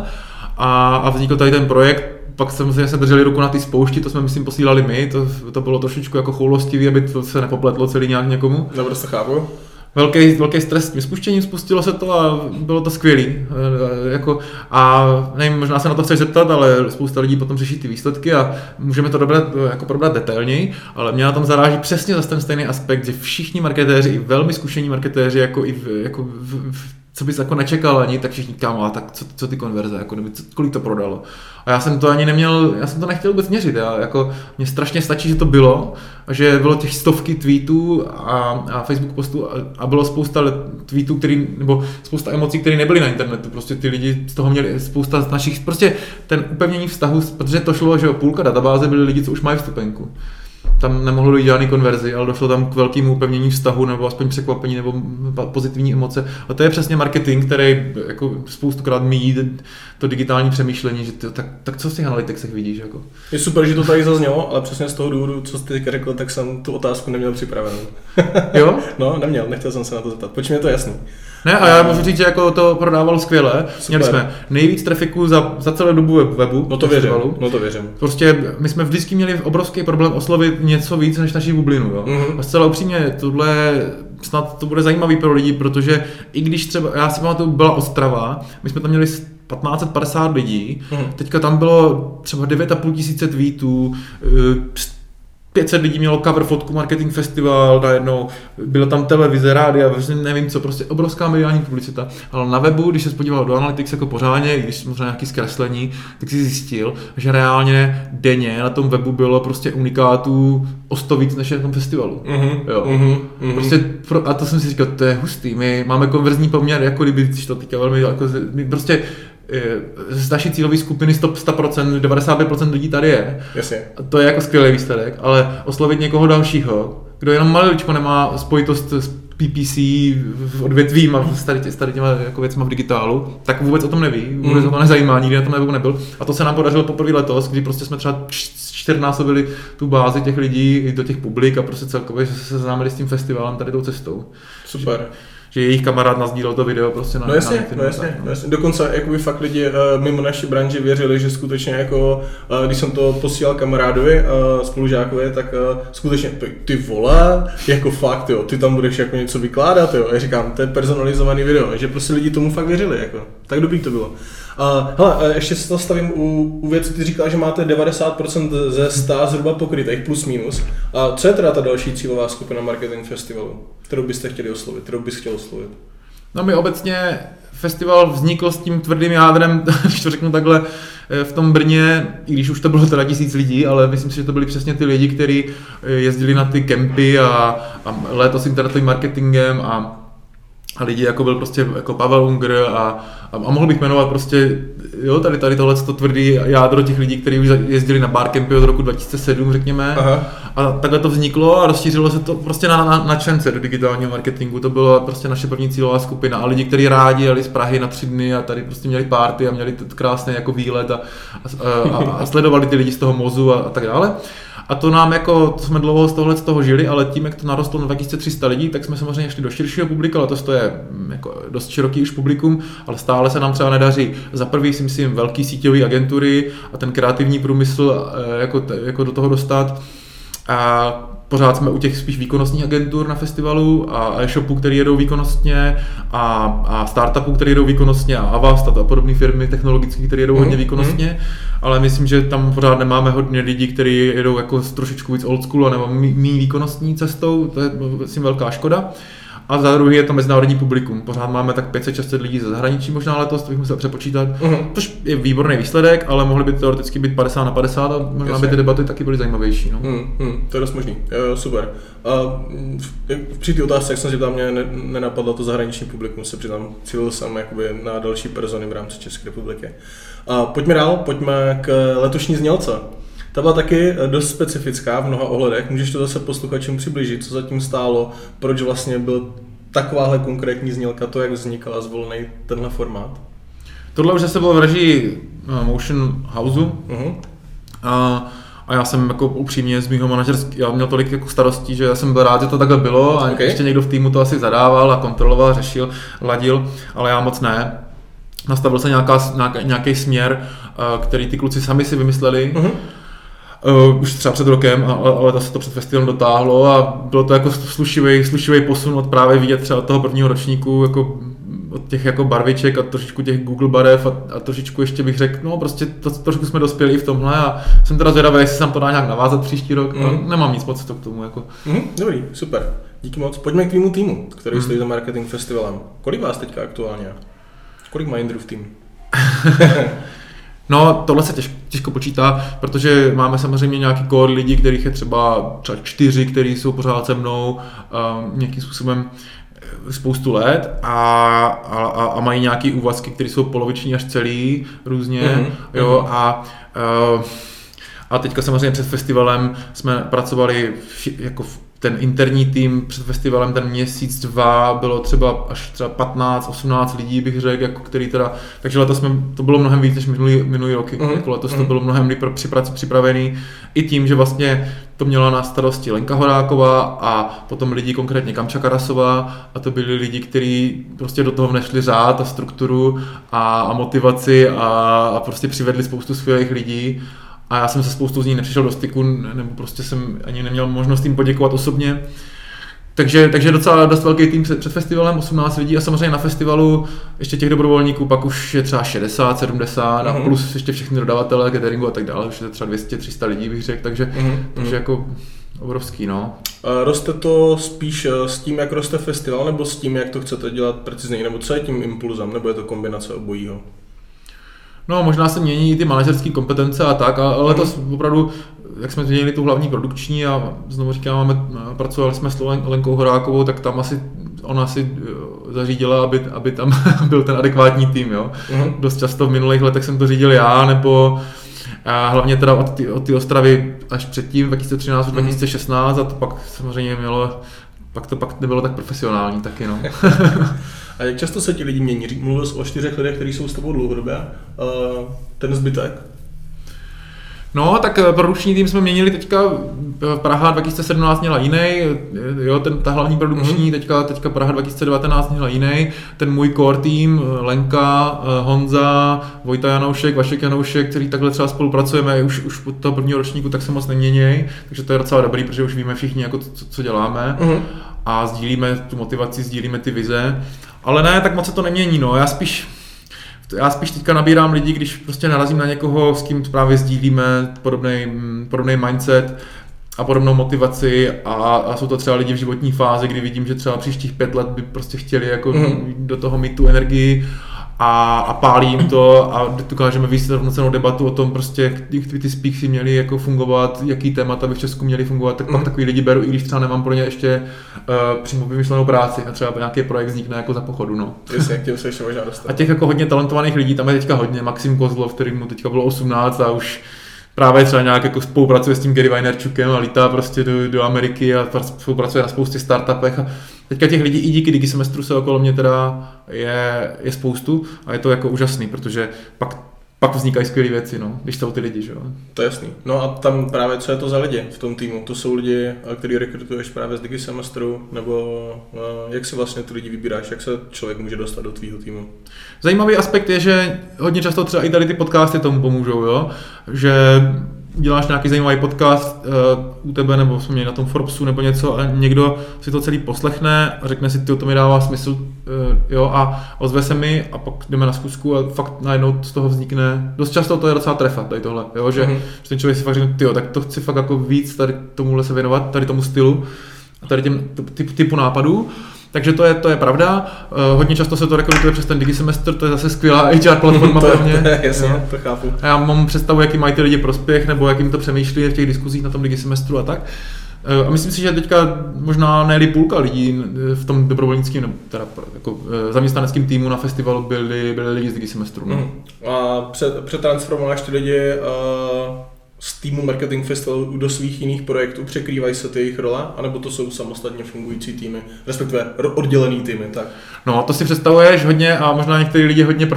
A vznikl tady ten projekt. Pak jsme se drželi ruku na ty spoušti, to jsme myslím posílali my, to bylo trošičku jako choulostivý, aby to se nepopletlo celý nějak někomu. Naprosto chápu. Velký stres s tím spuštěním, spustilo se to a bylo to skvělý. A nevím, možná se na to chceš zeptat, ale spousta lidí potom řeší ty výsledky a můžeme to probrat detailněji, ale mě na tom zaráží přesně zase ten stejný aspekt, že všichni marketéři, i velmi zkušení marketéři, co bys jako nečekal ani, tak všichni kámo, tak co ty konverze, jako, kolik to prodalo. A já jsem to ani neměl, já jsem to nechtěl vůbec měřit, mně strašně stačí, že to bylo, že bylo těch stovky tweetů a Facebook postů a bylo spousta tweetů, nebo spousta emocí, které nebyly na internetu, prostě ty lidi z toho měli spousta z našich, prostě ten upevnění vztahu, protože to šlo, že půlka databáze byly lidi, co už mají vstupenku. Tam nemohlo dojít žádný konverzi, ale došlo tam k velkému upevnění vztahu nebo aspoň překvapení nebo pozitivní emoce. A to je přesně marketing, který jako spoustukrát míjí to digitální přemýšlení, že tak co v těch analyticsech vidíš? Jako? Je super, že to tady zaznělo, ale přesně z toho důvodu, co jsi teď řekl, tak jsem tu otázku neměl připravenou. Jo? No, nechtěl jsem se na to zeptat. Pojď, mi je to jasný. Ne, a já můžu říct, že jako to prodávalo skvěle. Super. Měli jsme nejvíc trafiku za celou dobu webu. No to věřím. Prostě my jsme vždycky měli obrovský problém oslovit něco víc než naší bublinu. Jo? Mm-hmm. A zcela upřímně, tohle snad to bude zajímavý pro lidi, protože i když třeba, já si pamatuju, byla Ostrava, my jsme tam měli 1550 lidí, teďka tam bylo třeba 9500 tweetů, 500 lidí mělo cover fotku Marketing Festival, najednou byla tam televize, rádia, nevím co, prostě obrovská mediální publicita. Ale na webu, když se podíval do Analytics jako pořádně, když možná nějaký zkreslení, tak si zjistil, že reálně denně na tom webu bylo prostě unikátů o 100 víc než na tom festivalu. Prostě, a to jsem si říkal, to je hustý, my máme konverzní poměr, jako kdyby to teďka velmi, jako, my prostě z naší cílové skupiny 100%, 95% lidí tady je. Jasně. To je jako skvělý výsledek, ale oslovit někoho dalšího, kdo jenom maliličko nemá spojitost PPC v odvětvím a s tady těma jako věcma v digitálu, tak vůbec o tom neví, vůbec o to nezajímá, nikdy na tom nebyl. A to se nám podařilo poprvé letos, kdy prostě jsme třeba 4násobili tu bázi těch lidí do těch publik a prostě celkově, že se seznámili s tím festivalem tady tou cestou. Super. Že jejich kamarád nasdílel to video prostě na jasně. Dokonce jakoby fakt lidi mimo naší branži věřili, že skutečně jako, když jsem to posílal kamarádovi, spolužákovi, tak skutečně ty vole, jako fakt jo, ty tam budeš jako něco vykládat jo. Já říkám, to je personalizovaný video, že prostě lidi tomu fakt věřili jako, tak dobrý to bylo. Hele, ještě se to stavím u věcí, ty říkal, že máte 90% ze 100 zhruba pokrytých plus minus. A co je teda ta další cílová skupina marketing festivalu, kterou byste chtěli oslovit, kterou bys chtěl oslovit? No my obecně festival vznikl s tím tvrdým jádrem, když to řeknu takhle, v tom Brně, i když už to bylo teda 1000 lidí, ale myslím si, že to byli přesně ty lidi, kteří jezdili na ty kempy a léto s internetovým marketingem a lidi jako byl prostě jako Pavel Unger a mohl bych jmenovat prostě, jo, tady tohleto tvrdý jádro těch lidí, kteří už jezdili na barcampy od roku 2007, řekněme. Aha. A takhle to vzniklo a rozšířilo se to prostě na nadšence do digitálního marketingu. To byla prostě naše první cílová skupina a lidi, kteří rádi jeli z Prahy na 3 dny a tady prostě měli party a měli krásný jako výlet a sledovali ty lidi z toho mozu a tak dále. A to nám jako, to jsme dlouho z toho žili, ale tím, jak to narostlo na 2300 lidí, tak jsme samozřejmě šli do širšího publika, letos to je jako dost široký už publikum, ale stále se nám třeba nedaří. Za prvý si myslím velký síťový agentury a ten kreativní průmysl jako do toho dostat. A pořád jsme u těch spíš výkonnostních agentur na festivalu a e-shopů, který jedou výkonnostně a startupů, který jedou výkonnostně a Avast a podobné firmy technologické, které jedou hodně výkonnostně, ale myslím, že tam pořád nemáme hodně lidí, kteří jedou jako trošičku víc old school nebo méně výkonnostní cestou, to je myslím velká škoda. A za druhý je to mezinárodní publikum. Pořád máme tak 500-600 lidí ze zahraničí možná letos, to bych musel přepočítat. Což je výborný výsledek, ale mohly by teoreticky být 50/50 a možná by ty debaty taky byly zajímavější. No. To je dost možný. Super. Při té otázce, jak jsem si tam mě nenapadlo to zahraniční publikum, se přiznám, cílil jsem jakoby na další persony v rámci České republiky. Pojďme dál, pojďme k letošní znělce. Ta byla taky dost specifická v mnoha ohledech. Můžeš to zase posluchačům přiblížit, co zatím stálo, proč vlastně byl takováhle konkrétní znělka, to jak vznikala zvolený tenhle formát? Tohle už zase bylo v režii Motion Houseu. A já jsem jako upřímně z mýho já měl tolik jako starostí, že já jsem byl rád, že to takhle bylo a ještě někdo v týmu to asi zadával a kontroloval, řešil, ladil, ale já moc ne. Nastavil se nějaký směr, který ty kluci sami si vymysleli. Už třeba před rokem, ale to se to před festivalem dotáhlo a bylo to jako slušivý posun od právě vidět třeba od toho prvního ročníku, jako od těch jako barviček a trošičku těch Google barev a trošičku ještě bych řekl, no prostě trošku jsme dospěli i v tomhle a jsem teda zvědavý, jestli se tam to dá nějak navázat příští rok, nemám nic moc k tomu. Jako. Dobrý, super, díky moc. Pojďme k tvýmu týmu, který stojí za marketing festivalem. Kolik vás teďka aktuálně? Kolik má Jindru v týmu? No, tohle se těžko počítá, protože máme samozřejmě nějaký core lidí, kterých je třeba 4, kteří jsou pořád se mnou nějakým způsobem spoustu let a mají nějaký úvazky, které jsou poloviční až celý různě. Jo, a teďka samozřejmě před festivalem jsme pracovali jako ten interní tým před festivalem, ten měsíc, 2, bylo třeba až 15-18 lidí, bych řekl, jako který teda, takže letos to bylo mnohem víc než minulý roky, jako letos to bylo mnohem líp připravený, i tím, že vlastně to měla na starosti Lenka Horáková a potom lidi konkrétně Kamča Karasová a to byli lidi, kteří prostě do toho vnešli řád a strukturu a motivaci a prostě přivedli spoustu skvělých lidí. A já jsem se spoustu z ní nepřišel do styku, nebo prostě jsem ani neměl možnost jim poděkovat osobně. Takže docela dost velký tým před festivalem, 18 lidí a samozřejmě na festivalu ještě těch dobrovolníků pak už je třeba 60, 70 a plus ještě všechny dodavatele, cateringu a tak dále, už je třeba 200-300 lidí bych řekl, takže jako obrovský, no. Roste to spíš s tím, jak roste festival, nebo s tím, jak to chcete dělat precizněji, nebo co je tím impulzem, nebo je to kombinace obojího? No, možná se mění i ty manažerské kompetence a tak, ale to opravdu, jak jsme změnili tu hlavní produkční a znovu říkám, pracovali jsme s Lenkou Horákovou, tak tam ona si zařídila, aby tam byl ten adekvátní tým, jo. Dost často v minulých letech jsem to řídil já, nebo hlavně teda od ty Ostravy až předtím, 2013-2016 a to pak samozřejmě mělo pak nebylo tak profesionální taky, no. A jak často se ti lidi mění? Mluvil jsi o 4 lidech, kteří jsou s tebou dlouhodobě. Ten zbytek? No, tak produkční tým jsme měnili teďka, Praha 2017 měla jiný, jo, ta hlavní produkční, teďka Praha 2019 měla jiný, ten můj core tým, Lenka, Honza, Vojta Janoušek, Vašek Janoušek, který takhle třeba spolupracujeme už od toho prvního ročníku, tak se moc neměnějí, takže to je docela dobrý, protože už víme všichni, jako co děláme a sdílíme tu motivaci, sdílíme ty vize, ale ne, tak moc se to nemění, no, já spíš teďka nabírám lidi, když prostě narazím na někoho, s kým právě sdílíme podobný mindset a podobnou motivaci a jsou to třeba lidi v životní fázi, kdy vidím, že třeba příštích 5 let by prostě chtěli jako do toho mít tu energii a pálí jim to a dokážeme vést rovnocennou debatu o tom prostě, jak ty speaksy měly jako fungovat, jaký témata by v Česku měly fungovat, tak pak takový lidi beru, i když třeba nemám pro ně ještě přímo vymyšlenou práci a třeba nějaký projekt vznikne jako za pochodu, no. Jasně, jak tě se ještě možná dostat. A těch jako hodně talentovaných lidí, tam je teďka hodně, Maxim Kozlov, který mu teďka bylo 18 a už právě třeba nějak jako spolupracuje s tím Gary Vaynerchukem a lítá prostě do Ameriky a spolupracuje na spoustě startupech a teďka těch lidí i díky Digisemestru se okolo mě teda je spoustu a je to jako úžasný, protože pak vznikají skvělé věci, no, když jsou ty lidi, že jo. To je jasný. No a tam právě co je to za lidi v tom týmu? To jsou lidi, který rekrutuješ právě z Digisemestru, nebo jak si vlastně ty lidi vybíráš, jak se člověk může dostat do tvýho týmu? Zajímavý aspekt je, že hodně často třeba i tady ty podcasty tomu pomůžou, jo, že děláš nějaký zajímavý podcast u tebe, nebo jsme měli na tom Forbesu nebo něco a někdo si to celý poslechne a řekne si, to mi dává smysl, jo, a ozve se mi a pak jdeme na zkusku a fakt najednou z toho vznikne, dost často to je docela trefa tady tohle, jo, že ten člověk si fakt řekne, tak to chci fakt jako víc tady tomuhle se věnovat, tady tomu stylu a tady těm typu nápadů. Takže to je pravda. Hodně často se to rekrutuje přes ten Digisemestr, to je zase skvělá HR platforma pro mě. Jasně, to chápu. A já mám představu, jaký mají ty lidi prospěch, nebo jakým to přemýšlí v těch diskuzích na tom Digisemestru a tak. A myslím si, že teďka možná ne půlka lidí v tom dobrovolnickém, teda jako zaměstnaneckém týmu na festivalu byli lidi z Digisemestru. No. A přetransformuješ ty lidi z týmu Marketing Festivalu do svých jiných projektů, překrývají se ty jejich role, anebo to jsou samostatně fungující týmy, respektive oddělený týmy, tak? No, to si představuješ hodně a možná některý lidi hodně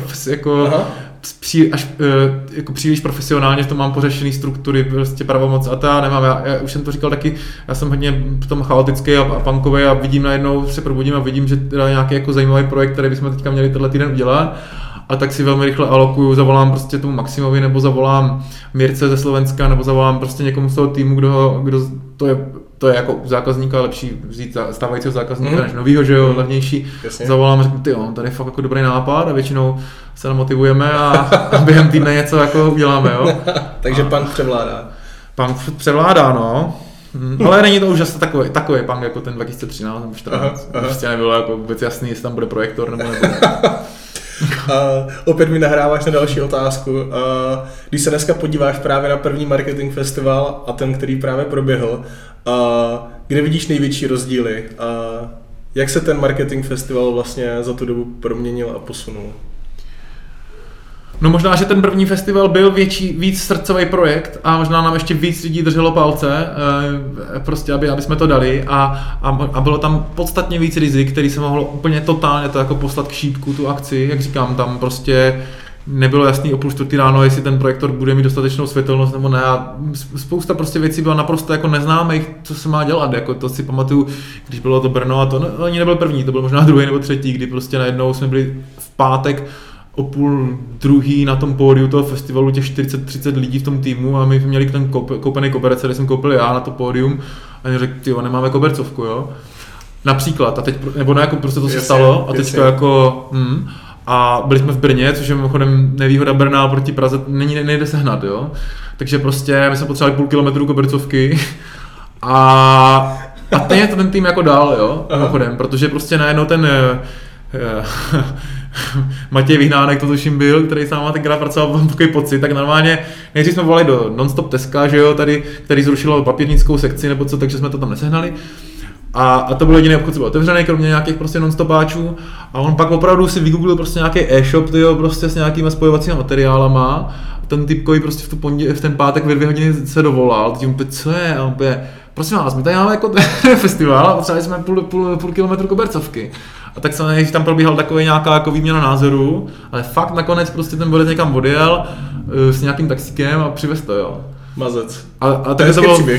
jako příliš profesionálně, že to mám pořešený struktury, prostě pravomoc a to já nemám. Já už jsem to říkal taky, já jsem hodně v tom chaotický a punkový a vidím najednou, se probudím a vidím, že teda nějaký jako zajímavý projekt, který bychom teďka měli tenhle týden udělat. A tak si velmi rychle alokuju, zavolám prostě tomu Maximovi, nebo zavolám Mirce ze Slovenska, nebo zavolám prostě někomu z toho týmu, kdo to je jako u zákazníka lepší vzít stávajícího zákazníka než novýho, že jo, levnější. Jasně. Zavolám a řeknu, tady je fakt jako dobrý nápad a většinou se namotivujeme a během týdne něco jako uděláme, jo. Takže punk převládá. Punk převládá, no. Ale není to už zase takový punk jako ten 2013 nebo 2014. Prostě nebylo jako vůbec jasný, jestli tam bude projektor nebo nebude. Opět mi nahráváš na další otázku. Když se dneska podíváš právě na první marketing festival a ten, který právě proběhl, kde vidíš největší rozdíly? Jak se ten marketing festival vlastně za tu dobu proměnil a posunul? No možná, že ten první festival byl víc srdcový projekt a možná nám ještě víc lidí drželo palce, prostě aby jsme to dali a bylo tam podstatně víc rizik, který se mohlo úplně totálně to jako poslat k šípku tu akci, jak říkám, tam prostě nebylo jasný o 3:30 ráno, jestli ten projektor bude mít dostatečnou světelnost nebo ne a spousta prostě věcí byla naprosto jako neznámých, co se má dělat, jako to si pamatuju, když bylo to Brno a to ani nebyl první, to byl možná druhý nebo třetí, kdy prostě najednou jsme byli v pátek o 1:30 na tom pódiu toho festivalu, těch 40-30 lidí v tom týmu a my měli ten koupený koberec, který jsem koupil já na to pódium a oni řekli, nemáme kobercovku, jo. Například, a teď, nebo ne, jako prostě to se stalo a teďka jako, a byli jsme v Brně, což je mimochodem nevýhoda Brna proti Praze, nejde sehnat, jo. Takže prostě my jsme potřebovali půl kilometru kobercovky a ten tým jako dál, jo, mimochodem, protože prostě najednou ten Matěj Vyhnánek to tuším byl, který sám má tenkrát pracoval, mám takový pocit, tak normálně nejdřív jsme volali do Nonstop Teska, že jo, tady, který zrušilo papírnickou sekci nebo co, takže jsme to tam nesehnali. A to byl jediný obchod, co byl otevřený, kromě nějakých prostě nonstopáčů. A on pak opravdu si vygooglil prostě nějaký e-shop, tyjo, prostě s nějakýma spojovacíma materiálama. A ten typkový prostě v ten pátek ve 2 hodiny se dovolal, tím co je, a on prosím vás, my tady máme jako festival a potřebovali jsme půl kilometru kobercovky. A tak se tam probíhal takový nějaká jako výměna názorů, ale fakt nakonec prostě ten borec někam odjel s nějakým taxíkem a přivez to, jo. Mazec. A tak to bylo...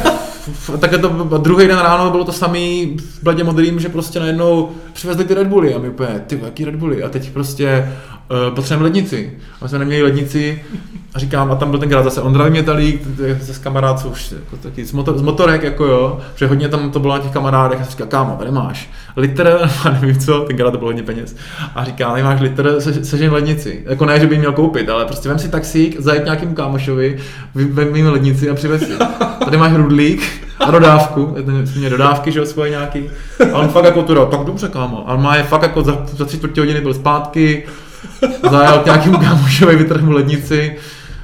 Tak to druhý den ráno bylo to samý v Bladě modrým, že prostě najednou přivezli ty Red Bully a my úplně, ty jaký Red Bully a teď prostě potřebujeme lednici. A my jsme neměli lednici a říkám, a tam byl tenkrát zase Ondra Vymětalík, z kamarád, co už jako taky z motorek, jako jo, že hodně tam to bylo na těch kamarádech a říká, kámo, tady máš litr, a nevím co, tenkrát to bylo hodně peněz. A říká, tady máš litr, sežeň lednici. Jako ne, že by měl koupit, ale prostě vem si taxík, zajď nějakým kámošovi, vem lednici a přivez si. Tady máš rudlík a dodávku, mě dodávky, že jo, svoje nějaký. A on fakt jako to dal, tak dobře, kámo. A on má je fakt jako za 3/4 hodiny byl zpátky, zajel k nějakému kámošovi, vytrhl mu lednici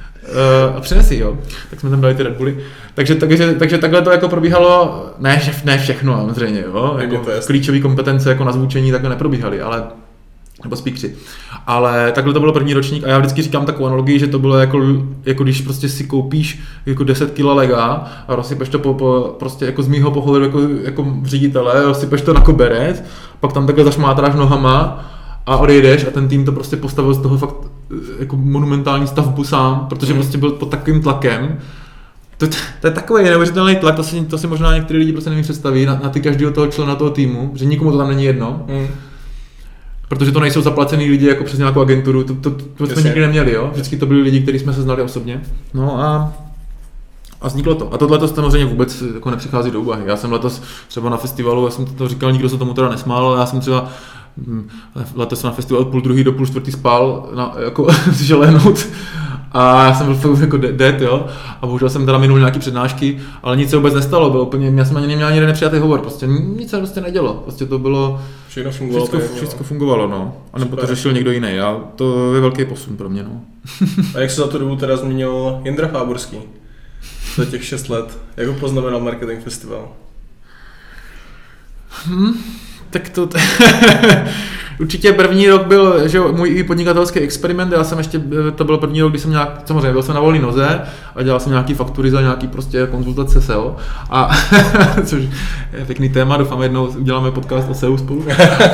a přines jo. Tak jsme tam dali ty Red Bully. Takže takhle to jako probíhalo, ne všechno samozřejmě, jo. Jako klíčové kompetence jako na zvučení takhle neprobíhaly, ale nebo speakři. Ale takhle to bylo první ročník a já vždycky říkám takovou analogii, že to bylo jako když prostě si koupíš jako 10 kg lega a rozsypeš to prostě jako z mýho pohledu jako ředitele, rozsypeš to na koberec, pak tam takhle zašmátráš nohama a odejdeš a ten tým to prostě postavil z toho fakt jako monumentální stavbu sám, protože prostě byl pod takovým tlakem. To je takový neuvěřitelný tlak, to si možná některý lidi prostě neví představit na ty každého toho člena toho týmu, že nikomu to tam není jedno. Protože to nejsou zaplacený lidi jako přes nějakou agenturu, to jsme nikdy neměli, jo? Vždycky to byli lidi, kteří jsme se znali osobně. No a vzniklo to. A tohle to samozřejmě vůbec jako nepřichází do úvahy. Já jsem letos třeba na festivalu, já jsem to říkal, nikdo se tomu teda nesmál, ale já jsem třeba letos na festivalu od 3:30 do 2:30 spal, jako šel lehnout. A já jsem byl fakt jako dead, jo, a bohužel jsem teda minul nějaký přednášky, ale nic se vůbec nestalo, bylo úplně, já jsem ani neměl ani nepřijatý hovor, prostě nic se prostě nedělo, prostě to bylo, všechno fungovalo, no, a nebo to řešil někdo jiný, a to je velký posun pro mě, no. A jak se za tu dobu teda změnil Jindra Fáborský za těch 6 let, jak ho poznamenal Marketing Festival? Tak to... Určitě první rok byl, že můj podnikatelský experiment, já jsem ještě, to byl první rok, kdy jsem nějak, samozřejmě byl jsem na volné noze a dělal jsem nějaký faktury za nějaký prostě konzultace SEO a což je pěkný téma, doufám jednou uděláme podcast o SEO spolu.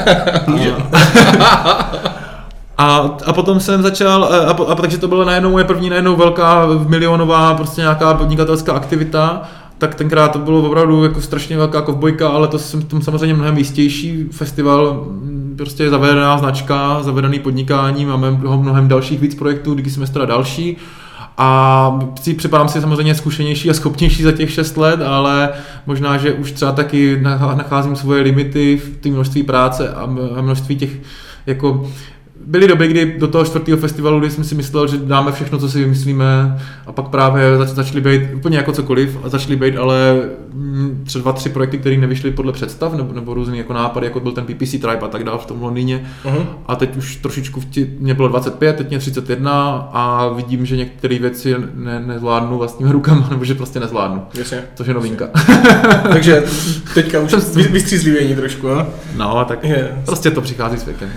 A potom jsem začal, a takže to byla najednou moje první velká milionová prostě nějaká podnikatelská aktivita. Tak tenkrát to bylo opravdu jako strašně velká kovbojka, ale to jsem tom samozřejmě mnohem jistější festival, prostě je zavedená značka, zavedený podnikání, máme mnohem dalších víc projektů, díky semestra další a připadám si samozřejmě zkušenější a schopnější za těch 6 let, ale možná, že už třeba taky nacházím svoje limity v té množství práce a množství těch jako... Byly doby, kdy do toho 4. festivalu, kdy jsem si myslel, že dáme všechno, co si vymyslíme a pak právě začaly být úplně jako cokoliv a začaly být ale třeba 2-3 projekty, které nevyšly podle představ nebo různý jako nápady, jako byl ten PPC Tribe a tak dál v tom Londýně. A teď už trošičku mě bylo 25, teď mě 31 a vidím, že některé věci nezvládnu vlastními rukama nebo že prostě nezvládnu. Jasně. Což je novinka. Takže teďka už vystřízlivění trošku, no? No, tak prostě to přichází s věkem.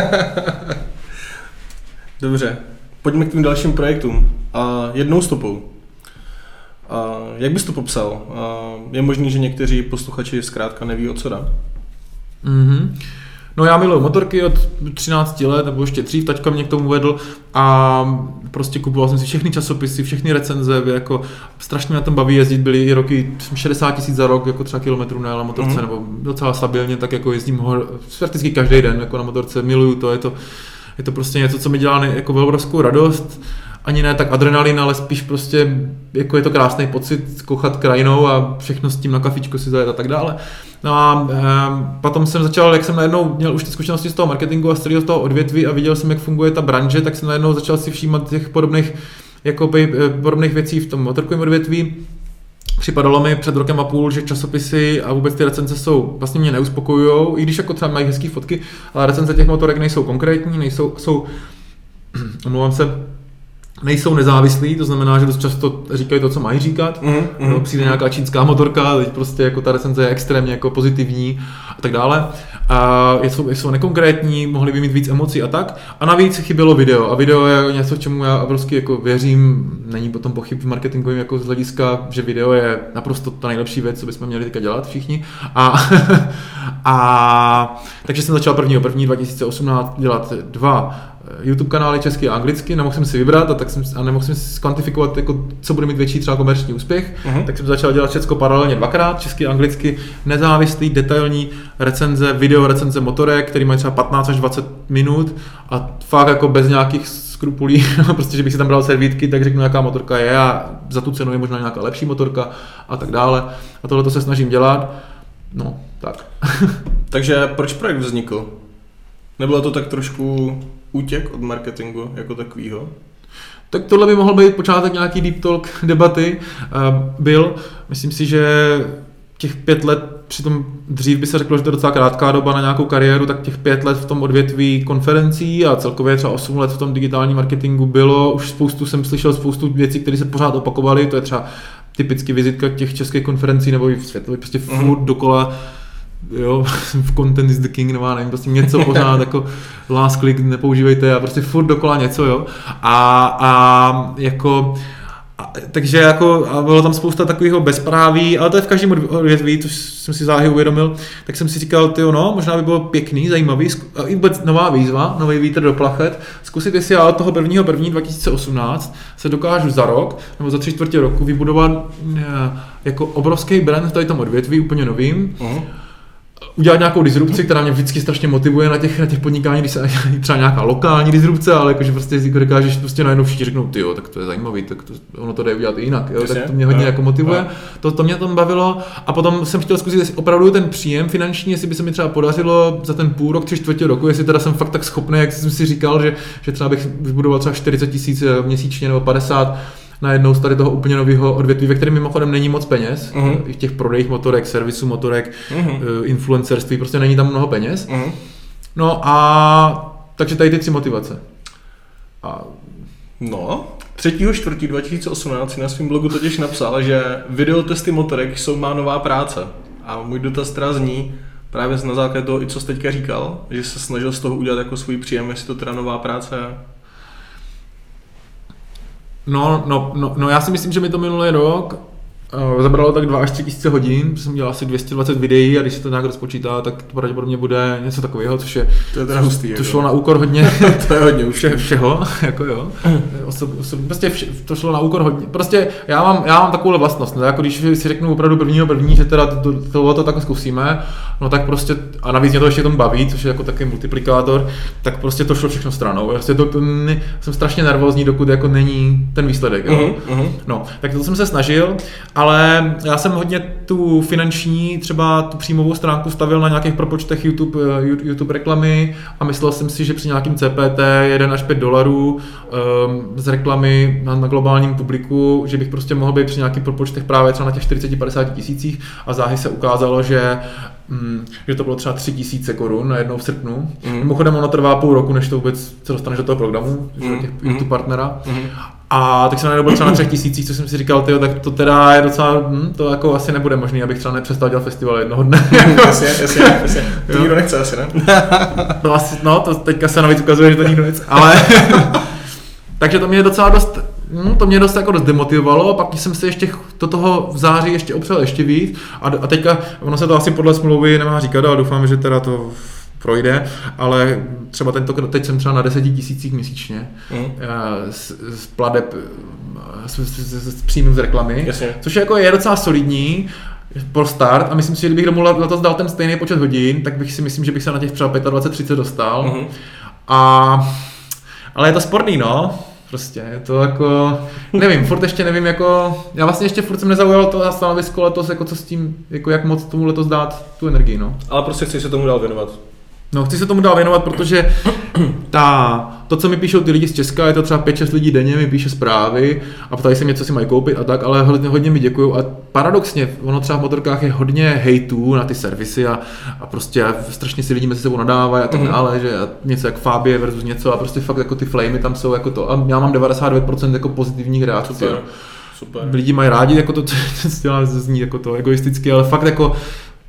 Dobře, pojďme k tím dalším projektům. Jednou stopou. Jak bys to popsal? Je možný, že někteří posluchači zkrátka neví, o co dá? No já miluji motorky od 13 let, nebo ještě dřív, taťka mě k tomu vedl a prostě kupoval jsem si všechny časopisy, všechny recenze, jako strašně na tom baví jezdit, byly i roky 60 000 za rok, jako třeba kilometrů na motorce, nebo docela stabilně, tak jako jezdím prakticky každý den jako na motorce, miluju to, je to prostě něco, co mi dělá jako obrovskou radost, ani ne tak adrenalin, ale spíš prostě jako je to krásný pocit kouchat krajinou a všechno s tím na kafičko si zajet a tak dále. No a potom jsem začal, jak jsem najednou měl už ty zkušenosti z toho marketingu a z celého toho odvětví a viděl jsem, jak funguje ta branže, tak jsem najednou začal si všímat těch podobných věcí v tom motorkovém odvětví. Připadalo mi před rokem a půl, že časopisy a vůbec ty recenze jsou vlastně mě neuspokojujou, i když jako třeba mají hezký fotky, ale recenze těch motorek nejsou konkrétní, nejsou nezávislí, to znamená, že dost často říkají to, co mají říkat. No, přijde nějaká čínská motorka, teď prostě jako ta recenze je extrémně jako pozitivní a tak dále. A jsou nekonkrétní, mohli by mít víc emocí a tak. A navíc chybělo video. A video je něco, čemu já obrovsky jako věřím. Není potom pochyb v marketingovém jako z hlediska, že video je naprosto ta nejlepší věc, co bychom měli teďka dělat všichni. Takže jsem začal 1.1.2018 dělat 2 YouTube kanály česky a anglicky, nemohl jsem si vybrat a nemohl jsem si skvantifikovat, jako, co bude mít větší třeba komerční úspěch, tak jsem začal dělat všechno paralelně 2krát, česky a anglicky, nezávislý, detailní recenze, video recenze motorek, který mají třeba 15 až 20 minut a fakt jako bez nějakých skrupulí, prostě, že bych si tam bral servítky, tak řeknu, jaká motorka je a za tu cenu je možná nějaká lepší motorka a tak dále. A tohle to se snažím dělat, no, tak. Takže proč projekt vznikl? Nebylo to tak trošku útěk od marketingu jako takovýho? Tak tohle by mohl být počátek nějaký deep talk debaty. Myslím si, že těch 5 let, přitom dřív by se řeklo, že to je docela krátká doba na nějakou kariéru, tak těch 5 let v tom odvětví konferencí a celkově třeba 8 let v tom digitálním marketingu bylo. Už jsem slyšel spoustu věcí, které se pořád opakovaly, to je třeba typicky vizitka těch českých konferencí nebo i světových, prostě furt dokola. Jo, v content is the king, nebo nevím, prostě něco pořád jako last click nepoužívejte a prostě furt dokola něco, jo. Takže jako a bylo tam spousta takového bezpráví, ale to je v každém odvětví, což jsem si záhy uvědomil, tak jsem si říkal, možná by bylo pěkný, zajímavý, i vůbec nová výzva, nový vítr do plachet, zkusit, jestli já od toho 1.1.2018 se dokážu za rok nebo za 3/4 roku vybudovat jako obrovský brand v tady tom odvětví, úplně novým, udělat nějakou disrupci, která mě vždycky strašně motivuje na těch podnikání, když se třeba nějaká lokální disrupce, ale jakože prostě si dokážeš prostě najednou všichni řeknou, tyjo, tak to je zajímavý, tak ono to jde udělat i jinak, jo, tak to mě hodně jako motivuje, to mě tam bavilo a potom jsem chtěl zkusit, jestli opravdu ten příjem finanční, jestli by se mi třeba podařilo za ten půl rok, 3/4 roku, jestli teda jsem fakt tak schopný, jak jsem si říkal, že třeba bych vybudoval třeba 40 000 měsíčně nebo 50 najednou z tady toho úplně nového odvětví, ve kterém mimochodem není moc peněz, i v těch prodejích motorek, servisu motorek, influencerství, prostě není tam mnoho peněz. No a takže tady ty 3 motivace. No, 3.4.2018 si na svém blogu totiž napsal, že videotesty motorek jsou má nová práce. A můj dotaz teda zní, právě na základě toho, i co jsi teďka říkal, že se snažil z toho udělat jako svůj příjem, jestli to teda nová práce je. No, já si myslím, že mi to minulý rok zabralo tak 2 až 3 tisíce hodin, jsem dělal asi 220 videí a když se to nějak rozpočítá, tak to pravděpodobně bude něco takového, což je teda hustý. To šlo na úkor hodně, to je hodně všeho, jako jo. Prostě to šlo na úkor hodně. Prostě já mám takovou vlastnost, ne? Jako když si řeknu opravdu 1.1., že teda tohle tak zkusíme, no tak prostě, a navíc mě to ještě tomu baví, což je jako takový multiplikátor, tak prostě to šlo všechno stranou. Prostě jsem strašně nervózní, dokud jako není ten výsledek. Jo? No, tak to jsem se snažil, ale já jsem hodně tu finanční, třeba tu příjmovou stránku stavil na nějakých propočtech YouTube reklamy a myslel jsem si, že při nějakým CPT $1 až $5 z reklamy na globálním publiku, že bych prostě mohl být při nějakých propočtech právě třeba na těch 40-50 tisících a záhy se ukázalo, že to bylo třeba 3 000 korun najednou v srpnu. Mimochodem ono trvá půl roku, než to vůbec se dostaneš do toho programu, těch YouTube partnera. A tak jsem najednou byl třeba na 3 000, co jsem si říkal, tyjo, tak to teda je docela, to jako asi nebude možný, abych třeba nepřestal dělat festival jednoho dne. Jasně. To nikdo nechce asi, ne? To teďka se navíc ukazuje, že to nikdo nechce, ale takže to mě docela dost, jako dost demotivovalo, pak jsem se ještě do toho v září ještě opřel ještě víc a teďka, ono se to asi podle smlouvy nemá říkat, ale doufám, že teda to projde, ale třeba teď jsem třeba na 10 000 měsíčně z plateb, z příjmu z reklamy, jasně. Což jako je docela solidní pro start a myslím si, že kdybych tomu letos dal ten stejný počet hodin, tak bych si myslím, že bych se na těch třeba 25-30 dostal. Ale je to sporný, no. Prostě je to jako, nevím, furt ještě nevím, jako, já vlastně ještě furt jsem nezaujal to stanovisko letos, jako co s tím, jako jak moc tomu letos dát tu energii, no. Ale prostě chci se tomu dál věnovat. No, chci se tomu dál věnovat, protože to, co mi píšou ty lidi z Česka, je to třeba 5-6 lidí denně, mi píše zprávy a ptají se mě, co si mají koupit a tak, ale hodně mi děkuju a paradoxně, ono třeba v motorkách je hodně hejtů na ty servisy a prostě strašně si lidi mezi sebou nadávají a tak dále, že něco jak Fabie versus něco a prostě fakt jako ty flamey tam jsou jako to a já mám 99% jako pozitivních reakcí. Super. Lidi mají rádi jako to, co dělá, zní jako to egoisticky, ale fakt jako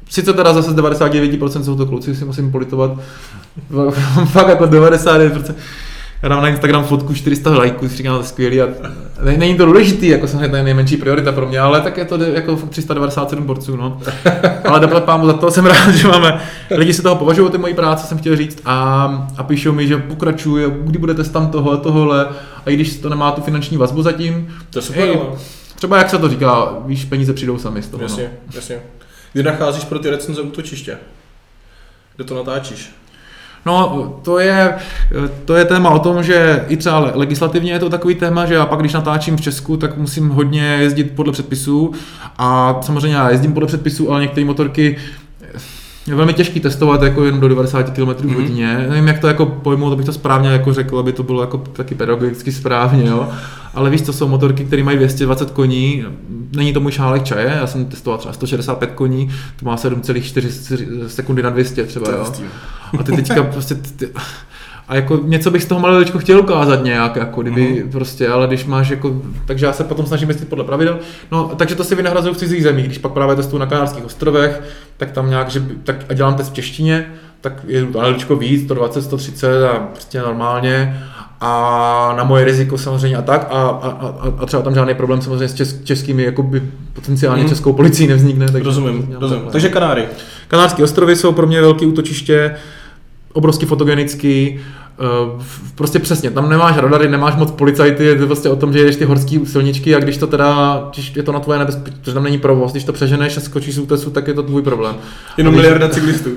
Sice teda zase z 99% jsou to kluci, si musím politovat. Fakt jako 99%. Já dám na Instagram fotku 400 lajků, si říkám, to je skvělý a není to důležitý, jako samozřejmě to je nejmenší priorita pro mě, ale tak je to jako 397 borců, no. Ale dobře pámu, za to jsem rád, že máme, lidi si toho považují, ty mojí práce, jsem chtěl říct, a píšou mi, že pokračuju, kdy budete tam tohle, a i když to nemá tu finanční vazbu zatím, to je super, třeba jak se to říká, víš, peníze přijdou sami z toho. Jasně, jasně. Kdy nacházíš pro ty recenze útočiště? Kde to natáčíš? No, to je téma o tom, že i třeba legislativně je to takový téma, že já pak, když natáčím v Česku, tak musím hodně jezdit podle předpisů a samozřejmě já jezdím podle předpisů, ale některé motorky je velmi těžký testovat jako jen do 90 km hodině. Nevím, jak to jako pojmout, abych to správně jako řekl, aby to bylo jako taky pedagogicky správně, jo. Ale víš, to jsou motorky, které mají 220 koní, není to můj šálek čaje, já jsem testoval třeba 165 koní, to má 7,4 sekundy na 200 třeba, jo. A ty teďka prostě... A jako něco bych z toho malečko chtěl ukázat nějak, jako kdyby prostě, ale když máš jako, takže já se potom snažím jezdit podle pravidel, no takže to si vynahrazuju v cizích zemích, když pak právě testuju na Kanárských ostrovech, tak tam nějak, tak a dělám test v češtině, tak jedu malečko víc, 120, 130 a prostě normálně a na moje riziko samozřejmě a tak a třeba tam žádný problém samozřejmě s českými, jakoby potenciálně českou policií nevznikne. Tak rozumím. Takže Kanáry. Kanárské ostrovy jsou pro mě velké útočiště, obrovsky fotogenický, prostě přesně, tam nemáš radary, nemáš moc policajty, je to prostě o tom, že jedeš ty horské silničky a když to teda, když je to na tvoje nebezpečí, protože tam není provoz, když to přeženeš a skočíš z útesu, tak je to tvůj problém. Jenom miliarda cyklistů.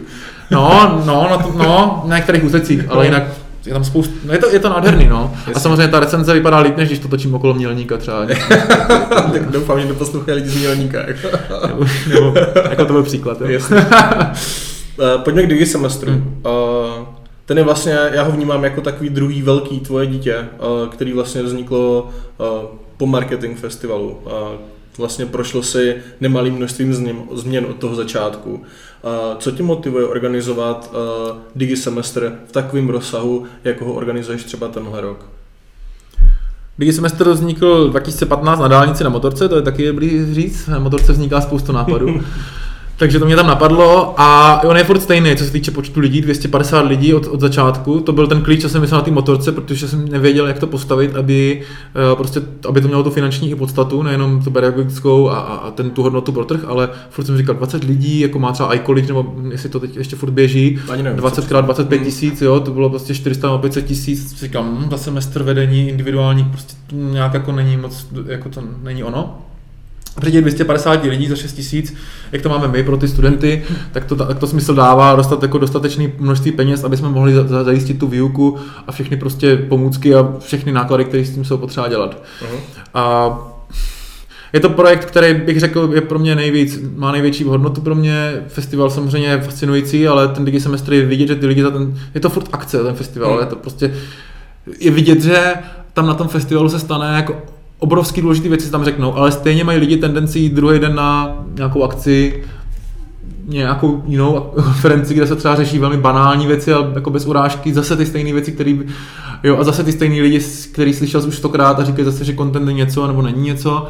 No, na některých úsecích, ale jinak je tam spoustu, no je to nádherný, no. Jasně. A samozřejmě ta recenze vypadá líp, než když to točím okolo Mělníka třeba. Tak doufám, že to poslouchají lidi z Mělníka. nebo jako to byl příklad, jo. Jasně. Pojďme k Digisemestru. Ten je vlastně, já ho vnímám jako takový druhý velký tvoje dítě, který vlastně vzniklo po marketing festivalu. Vlastně prošlo si nemalým množstvím změn od toho začátku. Co tě motivuje organizovat Digisemestr v takovém rozsahu, jako ho organizuješ třeba tenhle rok? Digisemestr vznikl 2015 na dálnici na motorce, to je taky dobrý říct, na motorce vzniká spoustu nápadů. Takže to mě tam napadlo a on je furt stejný, co se týče počtu lidí, 250 lidí od začátku. To byl ten klíč, co jsem myslel na té motorce, protože jsem nevěděl, jak to postavit, aby to mělo tu finanční i podstatu, nejenom tu pedagogickou a tu hodnotu pro trh, ale furt jsem říkal 20 lidí, jako má třeba iCollege, nebo jestli to teď ještě furt běží, 20x25 tisíc, jo, to bylo prostě 400-500 tisíc, říkám, za semestr vedení individuální, prostě nějak jako není moc, jako to není ono. Při těch 250 lidí za 6 tisíc, jak to máme my pro ty studenty, tak to smysl dává dostat jako dostatečné množství peněz, aby jsme mohli zajistit tu výuku a všechny prostě pomůcky a všechny náklady, které s tím jsou potřeba dělat. A je to projekt, který bych řekl je pro mě má největší hodnotu pro mě. Festival samozřejmě je fascinující, ale ten Digisemestr je vidět, že ty lidi je to furt akce, ten festival, je to prostě, je vidět, že tam na tom festivalu se stane jako obrovský důležité věci tam řeknou, ale stejně mají lidi tendenci jít druhý den na nějakou akci, nějakou jinou konferenci, kde se třeba řeší velmi banální věci, ale jako bez urážky, zase ty stejné věci, a zase ty stejný lidi, který slyšel už 100krát a říkají zase, že content je něco nebo není něco.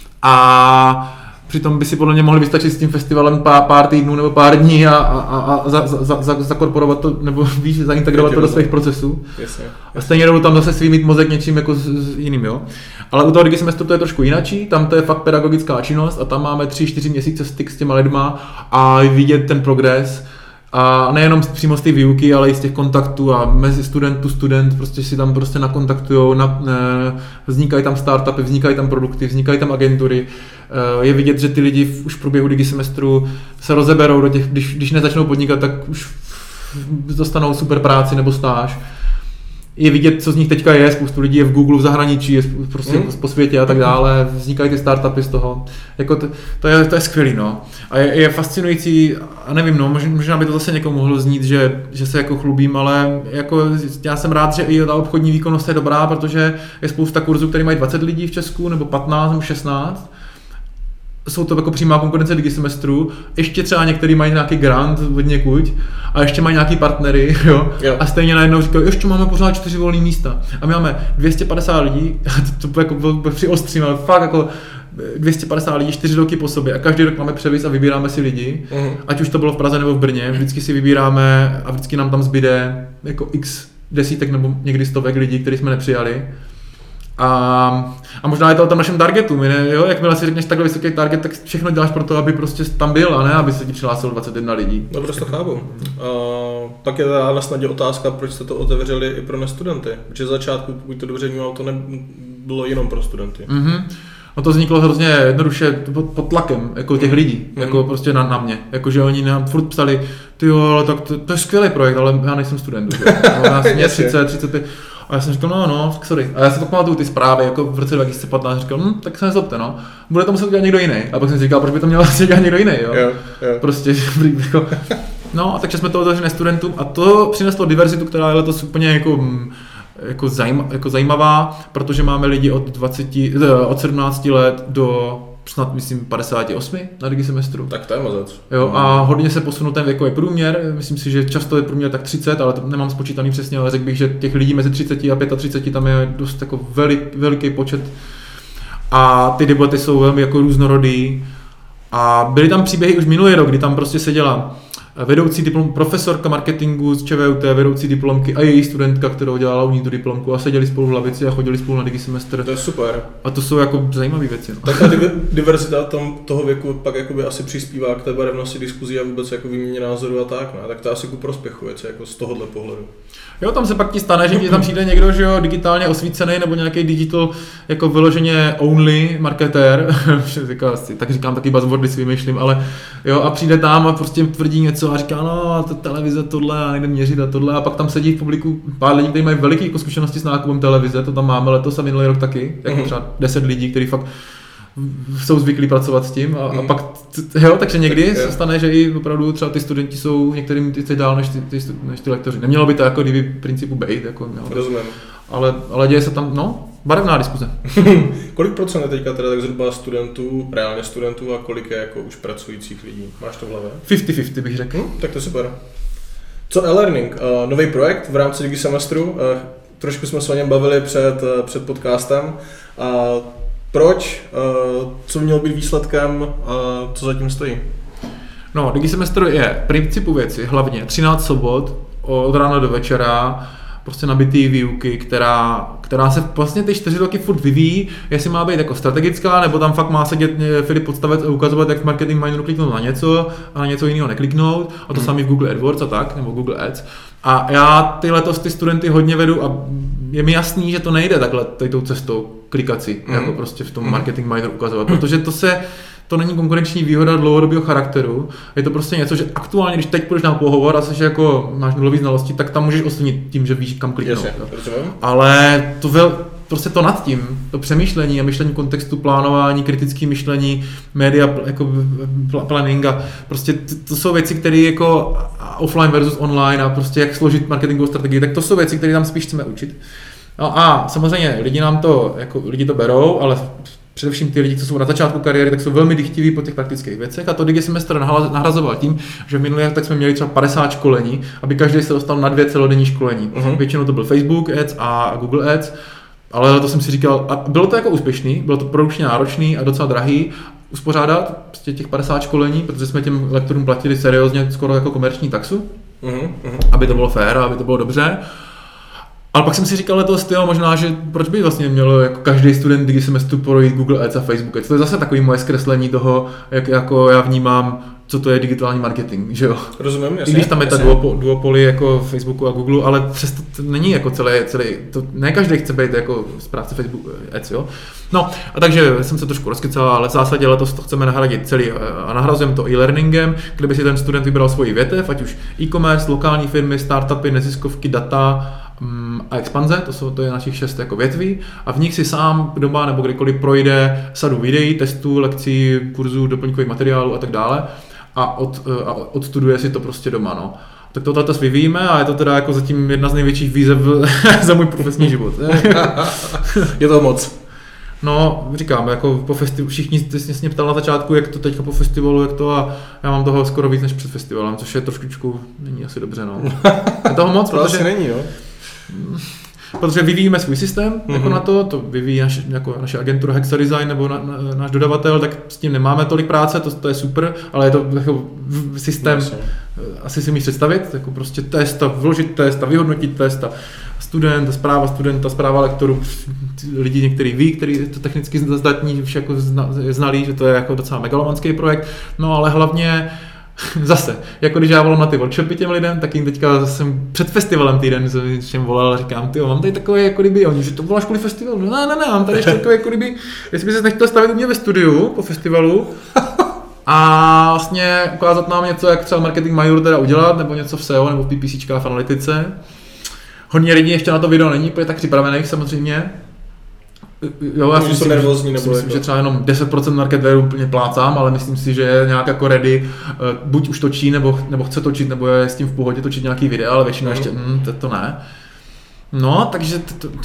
A přitom by si podle mě mohli vystačit s tím festivalem pár týdnů nebo pár dní a zakorporovat to, nebo víš, zaintegrovat to do svých procesů. A stejně jdou tam zase svý mít mozek něčím jako jiným, jo. Ale u toho Digisemestru to je trošku jinačí, tam to je fakt pedagogická činnost a tam máme 3-4 měsíce styk s těma lidma a vidět ten progres. A nejenom přímo z té výuky, ale i z těch kontaktů a mezi student prostě si tam prostě nakontaktujou, vznikají tam startupy, vznikají tam produkty, vznikají tam agentury. Je vidět, že ty lidi už v průběhu Digisemestru se rozeberou do těch, když nezačnou podnikat, tak už dostanou super práci nebo stáž. Je vidět, co z nich teďka je, spoustu lidí je v Google v zahraničí, je prostě po světě a tak dále, vznikají ty startupy z toho. Jako to je skvělý, no. A je fascinující, a nevím, no, možná by to zase někomu mohlo znít, že se jako chlubím, ale jako já jsem rád, že i ta obchodní výkonnost je dobrá, protože je spousta kurzů, které mají 20 lidí v Česku, nebo 15 nebo 16. Jsou to jako přímá konkurence Digisemestru, ještě třeba některý mají nějaký grant od někud a ještě mají nějaký partnery, jo? A stejně najednou říkají, ještě máme pořád 4 volné místa a my máme 250 lidí, to jako byl přiostřím, ale fakt jako 250 lidí 4 roky po sobě a každý rok máme převis a vybíráme si lidi, ať už to bylo v Praze nebo v Brně, vždycky si vybíráme a vždycky nám tam zbyde jako x desítek nebo někdy stovek lidí, který jsme nepřijali. A možná je to o tom našem targetu, jo? Jakmile si řekneš takhle vysoký target, tak všechno děláš pro to, aby prostě tam byl a ne, aby se ti přihlásilo 21 lidí. No prostě chápu. Pak je na snadě otázka, proč jste to otevřeli i pro nestudenty. Protože za začátku, pokud to dobře vnímal, to nebylo jenom pro studenty. No to vzniklo hrozně jednoduše pod tlakem jako těch lidí, jako prostě na mě. Jakože oni nám furt psali, tyjo, ale tak to je skvělý projekt, ale já nejsem student. Já jsem 35. A já jsem říkal, no, sorry. A já si pak pamatuju ty zprávy, jako v roce 2015, říkal, tak se nezlobte, no. Bude to muset udělat někdo jiný. A pak jsem si říkal, proč by to měl dělat někdo jiný, jo. Prostě, jako, no, a takže jsme to otevřeli studentům a to přineslo diverzitu, která je letos úplně jako zajímavá, protože máme lidi od 17 let do snad myslím 58 na digisemestru. Tak to je mazec. Jo, a hodně se posunul ten věkový průměr, myslím si, že často je průměr tak 30, ale to nemám spočítaný přesně, ale řekl bych, že těch lidí mezi 30 a 35 tam je dost jako veliký počet a ty debaty jsou velmi jako různorodý a byly tam příběhy už minulý rok, kdy tam prostě seděla vedoucí profesorka marketingu z ČVUT, vedoucí diplomky a její studentka, kterou dělala u ní tu diplomku a seděli spolu v lavici a chodili spolu na digisemestr. To je super. A to jsou jako zajímavé věci. No. Tak ta diverzita toho věku pak jakoby asi přispívá k té barevnosti diskuzí a vůbec jako výměně názoru a tak, ne? Tak to asi ku prospěchu věci jako z tohohle pohledu. Jo, tam se pak ti stane, že ti tam přijde někdo, že jo, digitálně osvícený nebo nějaký digital jako vyloženě only marketér, tak říkám taky buzzwordy si vymýšlím, ale jo, a přijde tam a prostě tvrdí něco a říká, no, to televize tohle a nejde měřit a tohle a pak tam sedí v publiku pár lidí, kteří mají veliké jako zkušenosti s nákupem televize, to tam máme letos a minulý rok taky, jako třeba 10 lidí, kteří fakt jsou zvyklí pracovat s tím a pak, jo, takže někdy se stane, že i opravdu třeba ty studenti jsou některým ty dál než ty lektoři. Nemělo by to jako kdyby principu být, jako rozumím. Ale děje se tam, no, barevná diskuze. Kolik procent je teďka teda tak zhruba studentů, reálně studentů a kolik je jako už pracujících lidí? Máš to v hlavě? 50-50 bych řekl. Tak to je super. Co e-learning? Nový projekt v rámci digisemestru. Trošku jsme se o něm bavili před podcastem. Proč? Co mělo být výsledkem? Co zatím stojí? No, digisemestr je principu věci, hlavně 13 sobot od rána do večera, prostě nabitý výuky, která se vlastně ty 4 roky furt vyvíjí, jestli má být jako strategická, nebo tam fakt má sedět Filip Podstavec a ukazovat, jak v marketing mineru kliknout na něco a na něco jiného nekliknout, a to samý v Google AdWords a tak, nebo Google Ads. A já letos ty studenty hodně vedu a je mi jasný, že to nejde takhle tou cestou klikací, jako prostě v tom marketing mineru ukazovat, protože to není konkurenční výhoda dlouhodobého charakteru. Je to prostě něco, že aktuálně, když teď půjdeš na pohovor a jsi jako máš nulový znalosti, tak tam můžeš oslnit tím, že víš, kam kliknout. Ale prostě to nad tím, to přemýšlení a myšlení kontextu, plánování, kritické myšlení, média, jako planning a prostě to jsou věci, které jako offline versus online a prostě jak složit marketingovou strategii, tak to jsou věci, které tam spíš chceme učit. No a samozřejmě lidi to berou, ale především ty lidi, co jsou na začátku kariéry, tak jsou velmi dychtiví po těch praktických věcech a to digisemestr nahrazoval tím, že v minulých letech jsme měli třeba 50 školení, aby každý se dostal na 2 celodenní školení. Většinou to byl Facebook Ads a Google Ads, ale to jsem si říkal, a bylo to jako úspěšný, bylo to produkčně náročný a docela drahý uspořádat prostě těch 50 školení, protože jsme těm lektorům platili seriózně skoro jako komerční taxu, aby to bylo fair a aby to bylo dobře. Ale pak jsem si říkal letos, možná, že proč by vlastně měl jako každý student digisemestru projít Google Ads a Facebook Ads. To je zase takový moje zkreslení toho, jak jako já vnímám, co to je digitální marketing, že jo? Rozumím, jasně. I když tam je ta duopoly jako Facebooku a Google, ale přesto to není jako celý to ne každý chce být jako správce Facebook Ads, jo? No, a takže jsem se trošku rozkycal, ale v zásadě letos to chceme nahradit celý a nahrazujeme to e-learningem, kde by si ten student vybral svoji větev, ať už e-commerce, lokální firmy, startupy, neziskovky, data a expanze, to je našich 6 jako větví a v nich si sám doma nebo kdekoliv projde sadu videí, testů, lekcí, kurzů, doplňkových materiálů a tak dále a odstuduje si to prostě doma, no. Tak to letos vyvíjíme a je to teda jako zatím jedna z největších výzev za můj profesní život. Je to moc. No, říkám, jako po festivalu, všichni jste mě ptal na začátku, jak to teďka po festivalu, jak to a já mám toho skoro víc než před festivalem, což je trošičku, není asi dobře, no. Je toho moc, to protože asi není, jo. protože vyvíjíme svůj systém jako na to vyvíjí naše agentura Hexadesign nebo náš dodavatel, tak s tím nemáme tolik práce, to je super, ale je to jako systém, asi si umíš představit, jako prostě test, vložit test, vyhodnotit test, student, zpráva lektorů, lidi některý ví, který to technicky zdatní, už jako znalí, že to je jako docela megalomanský projekt, no ale hlavně zase, jako když já volám na ty workshopy těm lidem, tak jim teďka jsem před festivalem týden jsem volal a říkám, tyjo, mám tady takové jako kdyby, oni, že to voláš kvůli festivalu, no ne, mám tady ještě takové jako kdyby, jestli by se nechtěl stavit u mě ve studiu po festivalu a vlastně ukázat nám něco, jak třeba marketing major teda udělat, nebo něco v SEO, nebo v PPCčkách v analytice. Hodně lidí ještě na to video není, protože tak připravených samozřejmě. Jo, já si myslím, že třeba jenom 10% marketwareu úplně plácám, ale myslím si, že je nějak jako ready, buď už točí, nebo chce točit, nebo je s tím v pohodě točit nějaký video, ale většinou ještě to ne. No, takže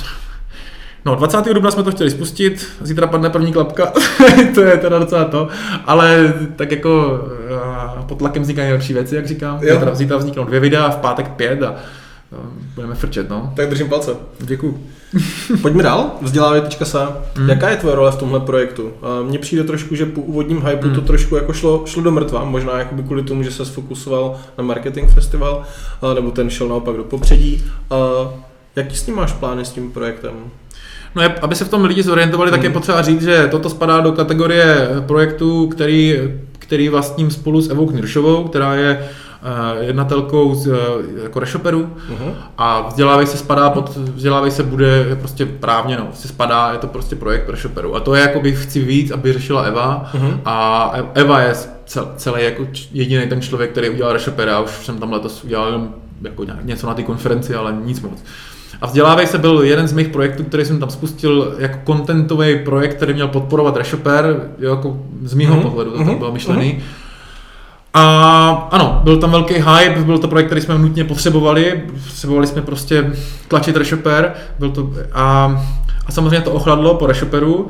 no, 20. dubna jsme to chtěli spustit, zítra padne první klapka, to je teda docela to, ale tak jako pod tlakem vznikají lepší věci, jak říkám, zítra vzniknou 2 videa, v pátek 5 a budeme frčet, no. Tak držím palce. Děkuju. Pojďme dál, vzdělávej.se. Jaká je tvoje role v tomhle projektu? Mně přijde trošku, že po úvodním hypeu to trošku jako šlo do mrtva, možná jakoby kvůli tomu, že se sfokusoval na marketing festival, nebo ten šel naopak do popředí. Jaký s ním máš plány s tím projektem? No, aby se v tom lidi zorientovali, tak je potřeba říct, že toto spadá do kategorie projektu, který vlastním spolu s Evou Kniršovou, která je jednatelkou jako reshoperů a vzdělávej se bude prostě právně, no, si spadá, je to prostě projekt reshoperů a to je jakoby chci víc, aby řešila Eva a Eva je celý jako jediný ten člověk, který udělal reshopera, už jsem tam letos udělal jenom jako něco na té konferenci, ale nic moc. A Vzdělávej se byl jeden z mých projektů, který jsem tam spustil jako contentový projekt, který měl podporovat reshopper, jako z mýho pohledu to tak bylo myšlený. A ano, byl tam velký hype, byl to projekt, který jsme nutně potřebovali jsme prostě tlačit reshopper, a samozřejmě to ochladlo po reshopperu.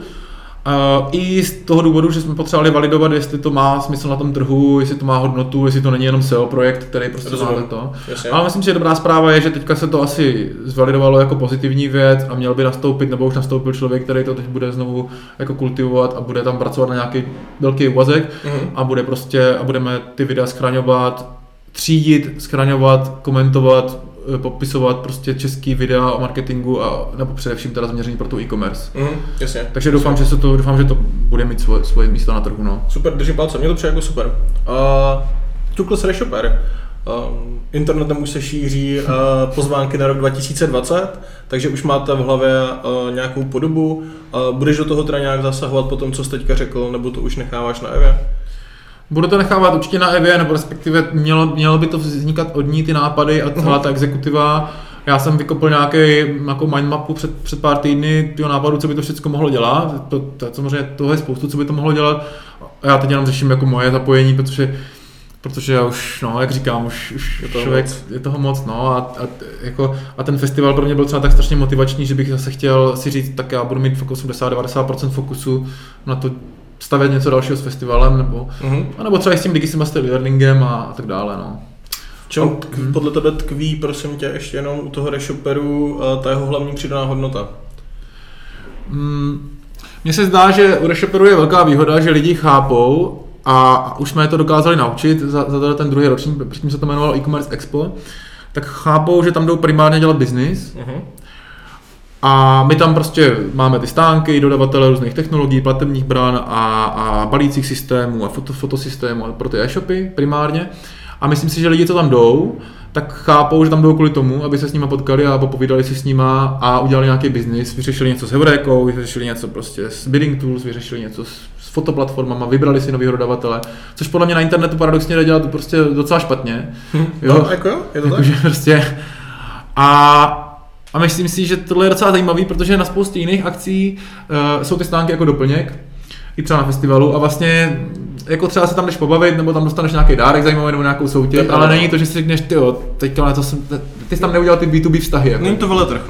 I z toho důvodu, že jsme potřebovali validovat, jestli to má smysl na tom trhu, jestli to má hodnotu, jestli to není jenom SEO projekt, který prostě má to. Ale myslím si, že dobrá zpráva je, že teďka se to asi zvalidovalo jako pozitivní věc a měl by nastoupit, nebo už nastoupil člověk, který to teď bude znovu jako kultivovat a bude tam pracovat na nějaký velký úvazek a budeme ty videa schraňovat, třídit, schraňovat, komentovat, popisovat prostě český videa o marketingu a nebo především teda zaměření pro tu e-commerce. Jasně. Takže doufám, že to bude mít svoje místo na trhu, no. Super, držím palce, mě to přijde jako super. Tukles Reshopper. Internetem už se šíří pozvánky na rok 2020, takže už máte v hlavě nějakou podobu. Budeš do toho teda nějak zasahovat po tom, co jsi teďka řekl, nebo to už necháváš na Evě? Budu to nechávat určitě na Evě, nebo respektive mělo by to vznikat od ní ty nápady a celá ta exekutiva. Já jsem vykopl nějakou mindmapu před pár týdny toho nápadu, co by to všechno mohlo dělat. To samozřejmě toho je spoustu, co by to mohlo dělat. A já teď jenom řeším jako moje zapojení, protože já už, no, jak říkám, už je toho moc, no, a ten festival pro mě byl třeba tak strašně motivační, že bych zase chtěl si říct, tak já budu mít 80-90% fokusu na to stavět něco dalšího s festivalem, nebo třeba i s tím Digisemester learningem a tak dále, no. Čemu podle tebe tkví, prosím tě, ještě jenom u toho reshopperu ta jeho hlavní přidaná hodnota? Mně se zdá, že u reshopperu je velká výhoda, že lidi chápou a už jsme je to dokázali naučit za ten druhý ročník, předtím se to jmenovalo e-commerce expo, tak chápou, že tam jdou primárně dělat biznis. A my tam prostě máme ty stánky, dodavatele různých technologií, platebních bran a balících systémů a fotosystémů pro ty e-shopy primárně. A myslím si, že lidi, co tam jdou, tak chápou, že tam jdou kvůli tomu, aby se s nima potkali a popovídali si s nima a udělali nějaký biznis, vyřešili něco s Heurékou, vyřešili něco prostě s Bidding Tools, vyřešili něco s fotoplatformama, vybrali si novýho dodavatele, což podle mě na internetu paradoxně jde dělat prostě docela špatně. Jo, je to tak? Prostě, a myslím si, že tohle je docela zajímavý, protože na spoustě jiných akcí jsou ty stánky jako doplněk, i třeba na festivalu a vlastně jako třeba se tam jdeš pobavit, nebo tam dostaneš nějaký dárek zajímavý nebo nějakou soutěž, ale není to, že si řekneš, ty jsi tam neudělal ty B2B vztahy. Jako. Není to veletrh, no.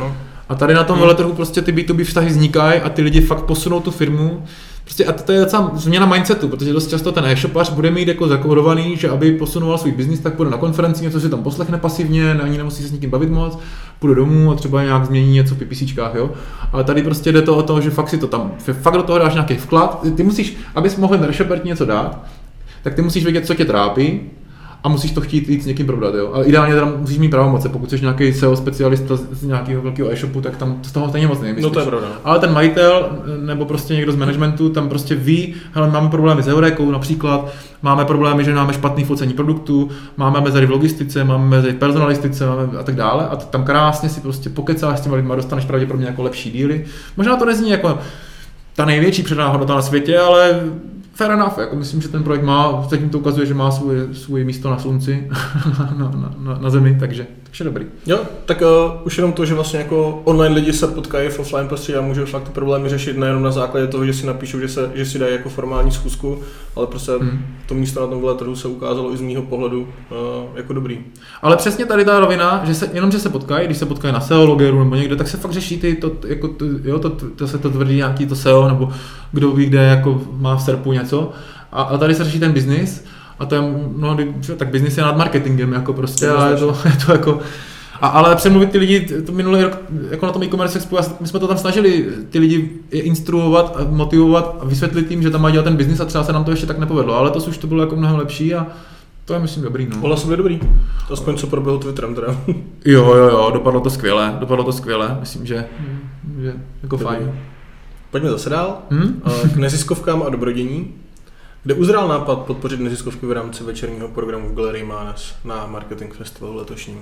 A tady na tom veletrhu prostě ty B2B vztahy vznikají a ty lidi fakt posunou tu firmu. Prostě a to je docela změna mindsetu, protože dost často ten e-shopař bude mít jako zakódovaný, že aby posunoval svůj biznis, tak půjde na konferenci, něco si tam poslechne pasivně, ani nemusí se s nikým bavit moc, půjde domů a třeba nějak změní něco v PPCčkách, jo. Ale tady prostě jde to o to, že fakt si to tam, fakt do toho dáš nějaký vklad, ty musíš, abys mohl ten e-shopper něco dát, tak ty musíš vědět, co tě trápí, a musíš to chtít víc s někým probrat, jo. A ideálně teda musíš mít pravomoce, pokud jsi nějaký SEO specialista z nějakého velkého e-shopu, tak tam z toho stejně moc nevymyslíš. No to je pravda. Ale ten majitel nebo prostě někdo z managementu tam prostě ví, hele, máme problémy s Eurekou například, máme problémy, že máme špatný focení produktu, máme mezery v logistice, máme mezery v personalistice a tak dále. A tam krásně si prostě pokecáš s těma lidma, dostaneš pravděpodobně jako lepší díly. Možná to nezní jako ta největší předaná hodnota na světě, ale fair enough, jako myslím, že ten projekt má, zatím to ukazuje, že má svůj místo na slunci, na zemi, takže dobrý. Jo, tak už jenom to, že vlastně jako online lidi se potkají v offline prostředí a můžou fakt ty problémy řešit nejenom na základě toho, že si napíšou, že si dají jako formální schůzku, ale prostě to místo na tom veletrhu se ukázalo i z mýho pohledu jako dobrý. Ale přesně tady ta rovina, že se potkají, když se potkají na SEO logeru nebo někde, tak se fakt řeší to se to tvrdí nějaký to SEO, nebo kdo ví, kde jako má v SERPu něco. A tady se řeší ten biznis. A to je, no, tak biznis je nad marketingem, jako prostě, ale je to jako... Ale přemluvit ty lidi, to minulý rok, jako na tom e-commerce expo, my jsme to tam snažili ty lidi instruovat, motivovat a vysvětlit jim, že tam mají dělat ten biznis a třeba se nám to ještě tak nepovedlo, ale to už to bylo jako mnohem lepší a to je myslím dobrý, no. Ohlasově je dobrý, aspoň co proběhlo Twitterem teda. Jo, dopadlo to skvěle, myslím, že jako dobrý. Fajn. Pojďme zase dál, k neziskovkám a dobrodění. Kde uzrál nápad podpořit neziskovky v rámci večerního programu v Galerii Mánes na Marketing Festivalu letošním?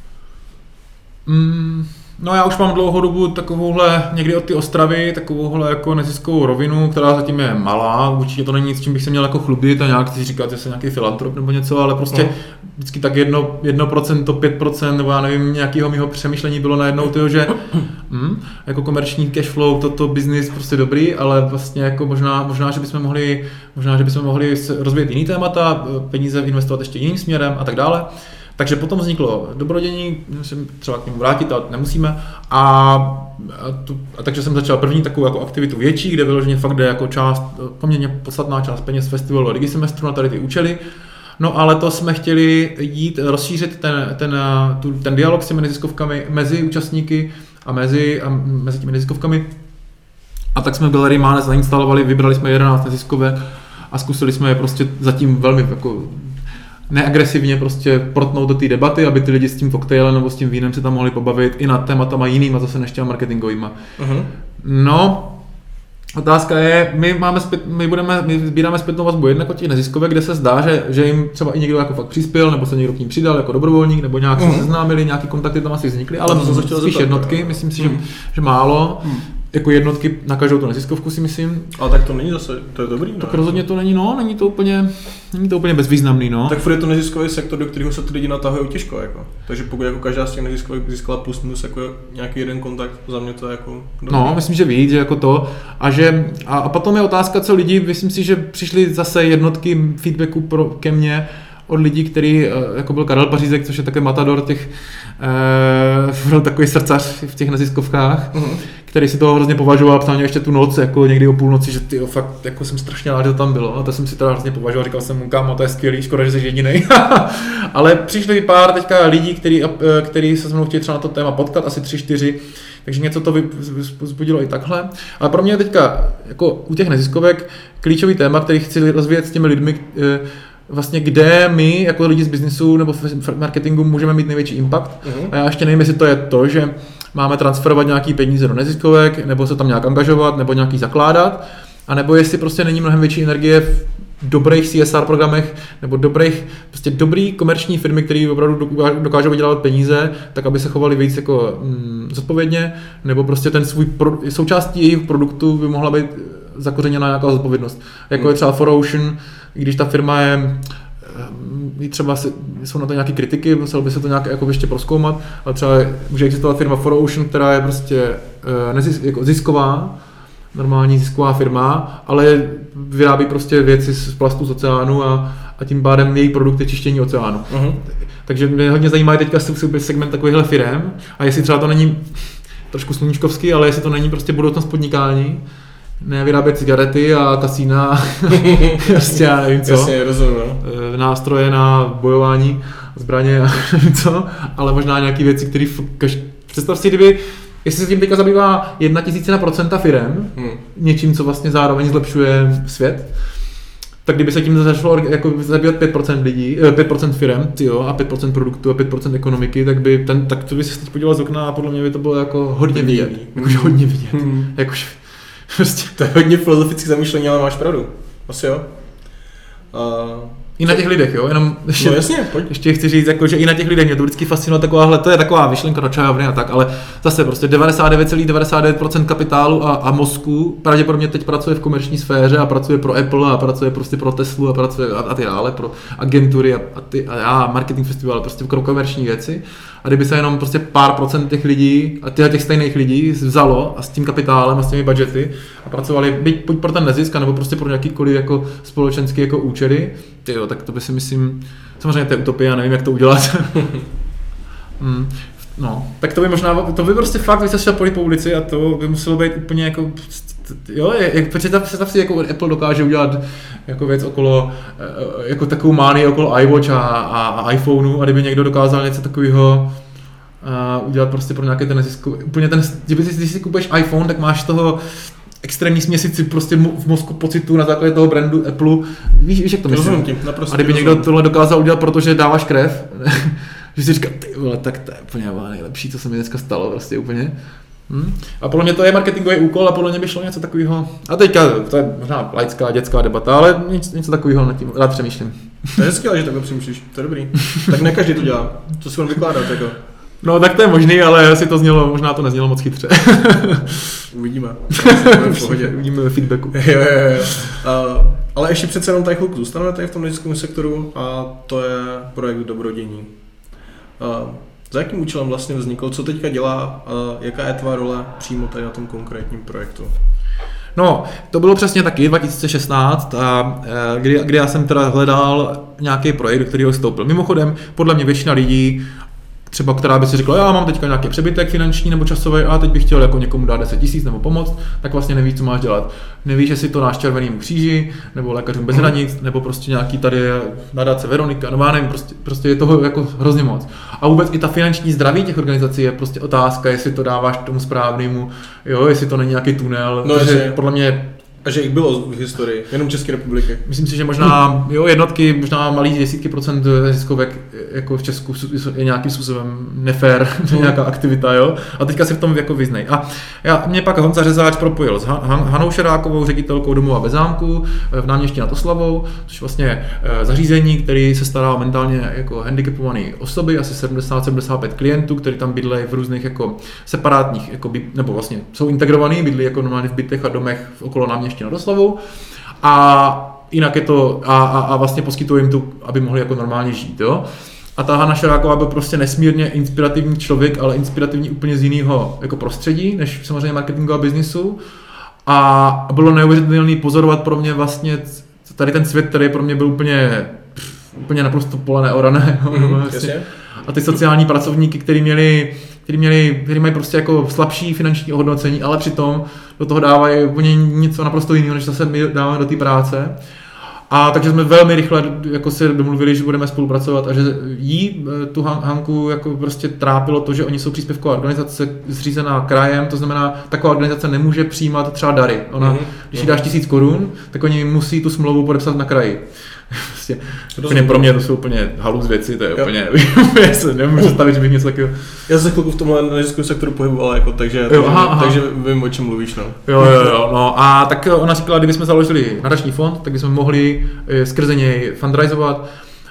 No já už mám dlouhou dobu takovouhle, někdy od ty Ostravy, takovouhle jako neziskovou rovinu, která zatím je malá, určitě to není nic, čím bych se měl jako chlubit a nějak si říkat, že jsem nějaký filantrop nebo něco, ale prostě vždycky tak 1%, 5%, nebo já nevím, nějakého mého přemýšlení bylo najednou toho, že jako komerční cash flow, toto business prostě dobrý, ale vlastně jako možná, že bychom mohli rozvíjet jiný témata, peníze investovat ještě jiným směrem a tak dále. Takže potom vzniklo dobrodění, musím třeba k němu vrátit, ale nemusíme. A takže jsem začal první takovou jako aktivitu větší, kde vyloženě fakt jde jako část, poměrně podstatná část peněz festivalu a Digisemestru na tady ty účely. No ale to jsme chtěli rozšířit ten dialog s těmi neziskovkami mezi účastníky a mezi těmi neziskovkami. A tak jsme v Galerii Mánes nainstalovali, vybrali jsme 11 neziskovek a zkusili jsme je prostě zatím velmi jako neagresivně prostě protnout do té debaty, aby ty lidi s tím koktejlem nebo s tím vínem se tam mohli pobavit i nad tématama jinýma, zase než těma marketingovýma. No, otázka je, my sbíráme zpětnou vazbu jednak od těch neziskovek, kde se zdá, že jim třeba i někdo jako fakt přispěl, nebo se někdo k ním přidal jako dobrovolník, nebo nějak se seznámili, nějaký kontakty tam asi vznikly, ale spíš jednotky, myslím si, že málo. Jako jednotky na každou tu neziskovku si myslím. Ale tak to není zase, to je dobrý, tak rozhodně to není, není to úplně bezvýznamný, no. Tak furt je to neziskový sektor, do kterého se ty lidi natahují těžko, jako. Takže pokud jako každá z těch neziskovek získala plus minus jako nějaký jeden kontakt, za mě to je jako dobrý. No, myslím, že víc, že jako to. A potom je otázka, co lidi, myslím si, že přišly zase jednotky feedbacku ke mně od lidí, který, jako byl Karel Pařízek, což je takový matador těch, byl takový srdcař v těch neziskovkách, který si toho hrozně považoval, psal mě ještě tu noc, jako někdy o půlnoci, že ty fakt, jako jsem strašně rád, že to tam bylo, a to jsem si teda hrozně považoval, říkal jsem mu, kámo, to je skvělý, škoda, že jsi jedinej. Ale přišli pár teďka lidí, který se se mnou chtěli třeba na to téma potkat, asi 3-4, takže něco to vzbudilo i takhle. Ale pro mě je teďka, jako u těch neziskovek, klíčový téma, který chci rozvíjet s těmi lidmi, vlastně kde my jako lidi z biznisu nebo v marketingu můžeme mít největší impact. A já ještě nevím, jestli to je to, že máme transferovat nějaký peníze do neziskovek, nebo se tam nějak angažovat, nebo nějaký zakládat, a nebo jestli prostě není mnohem větší energie v dobrých CSR programech, nebo dobrý komerční firmy, které opravdu dokážou vydělávat peníze, tak aby se chovali víc jako zodpovědně, nebo prostě ten součástí jejich produktu by mohla být zakořeněná nějaká zodpovědnost. Jako je třeba 4Ocean, i když ta firma je, třeba jsou na to nějaké kritiky, musel by se to nějak jako ještě prozkoumat, ale třeba může existovat firma 4Ocean, která je prostě jako zisková, normální zisková firma, ale vyrábí prostě věci z plastu z oceánu a tím pádem její produkt je čištění oceánu. Takže mě hodně zajímá teďka segment takovýchhle firem a jestli třeba to není trošku sluníčkovský, ale jestli to není prostě budoucnost podnikání, ne vyrábět cigarety a kasína, prostě já nevím co, jasně, rozumím, no. Nástroje na bojování, zbraně a nevím co, ale možná nějaké věci, které představ si, jestli se tím teďka zabývá 1/1000% firem, něčím, co vlastně zároveň zlepšuje svět, tak kdyby se tím začalo jako zabývat 5% lidí, 5% firem, a 5% produktů a 5% ekonomiky, tak to by se teď podíval z okna a podle mě by to bylo jako hodně vidět. Jakože hodně vidět. Jakože prostě. To je hodně filozofické zamýšlení, ale máš pravdu. Asi jo. I na těch lidech, jo, jenom ještě, no jasně, ještě chci říct, jako, že i na těch lidech mě to vždycky fascinuje takováhle, to je taková myšlenka do čajovny a tak, ale zase prostě 99,99% kapitálu a mozku pravděpodobně teď pracuje v komerční sféře a pracuje pro Apple a pracuje prostě pro Teslu a pracuje a ty dále, pro agentury a marketing festival, prostě pro komerční věci. A kdyby se jenom prostě pár procent těch lidí a těch stejných lidí vzalo a s tím kapitálem a s těmi budgety a pracovali buď pro ten nezisk, nebo prostě pro nějakýkoliv jako společenský jako účely, tak to by si myslím, samozřejmě to je utopie, já nevím, jak to udělat. No, tak to by možná, to by prostě fakt, když se šel po ulici a to by muselo být úplně jako, jo, představ si, jako Apple dokáže udělat jako věc okolo, jako takovou mánii okolo iWatch a iPhoneu, a kdyby někdo dokázal něco takového udělat prostě pro nějaký ten nezisk, úplně ten, když si kupuješ iPhone, tak máš toho extrémní směsici prostě v mozku pocitu na základě toho brandu Apple, víš jak to myslím? A kdyby někdo tohle dokázal udělat, protože dáváš krev, že si říká, ty vole, tak to je úplně nejlepší, co se mi dneska stalo, prostě úplně. A podle mě to je marketingový úkol a podle mě by šlo něco takového. A teďka, to je možná laická, dětská debata, ale něco takového nad tím rád přemýšlím. To je hezky, ale že takhle přemýšlíš, to je dobrý. Tak ne každý to dělá, to si on vykládat jako. No tak to je možný, ale asi to znělo, možná to neznělo moc chytře. Uvidíme. Uvidíme ve feedbacku. Jo. Ale ještě přece jenom tady chvilku zůstaneme tady v tom neziském sektoru a to je projekt Dobrodění. Za jakým účelem vlastně vznikl, co teďka dělá a jaká je tvá role přímo tady na tom konkrétním projektu? No, to bylo přesně taky 2016, kdy já jsem teda hledal nějaký projekt, do kterého vstoupil. Mimochodem, podle mě většina lidí, třeba která by si řekla, já mám teďka nějaký přebytek finanční nebo časový a teď bych chtěl jako někomu dát 10 000 nebo pomoct, tak vlastně nevíš, co máš dělat. Nevíš, jestli to náš Červenýmu kříži, nebo Lékařům bez hranic, nebo prostě nějaký tady nadace Veronika, no já nevím, prostě je toho jako hrozně moc. A vůbec i ta finanční zdraví těch organizací je prostě otázka, jestli to dáváš tomu správnému, jo, jestli to není nějaký tunel, no, protože podle mě. A že jich bylo v historii, jenom České republiky. Myslím si, že možná jednotky, možná malý desítky procent ziskovek jako v Česku je nějakým způsobem nefér, nějaká aktivita, jo. A teďka si v tom jako vyznej. A mě pak Honza Řezáč propojil s Hanou Šerákovou, ředitelkou Domova bez zámku v Náměstí nad Oslavou, což vlastně zařízení, který se stará o mentálně jako handicapované osoby, asi 70-75 klientů, kteří tam bydlejí v různých jako separátních, jako nebo vlastně jsou integrovaný, bydlí jako normálně v bytech a domech okolo Náměstí nad Oslavou a jinak je to a vlastně poskytuje jim tu, aby mohli jako normálně žít, jo. A ta Hana Šeráková byl prostě nesmírně inspirativní člověk, ale inspirativní úplně z jiného jako prostředí, než samozřejmě marketingu a biznisu. A bylo neuvěřitelný pozorovat pro mě vlastně tady ten svět, který pro mě byl úplně naprosto pole neorané. A ty sociální pracovníky, kteří mají prostě jako slabší finanční ohodnocení, ale přitom do toho dávají úplně něco naprosto jiného, než zase my dáváme do té práce. A takže jsme velmi rychle jako se domluvili, že budeme spolupracovat a že tu Hanku jako prostě trápilo to, že oni jsou příspěvková organizace zřízená krajem, to znamená, taková organizace nemůže přijímat třeba dary. Ona, když jí dáš 1000 korun, tak oni musí tu smlouvu podepsat na kraji. Prostě, pro mě to jsou úplně halus věci, to je úplně, já se nemůžu stavit, že bych něco takového. Já se chvilku v tomhle neziskovém sektoru pohybuji, ale jako, takže vím, o čem mluvíš, no. Jo, no a tak ona říkala, kdybychom založili nadační fond, tak bychom mohli skrze něj fundraizovat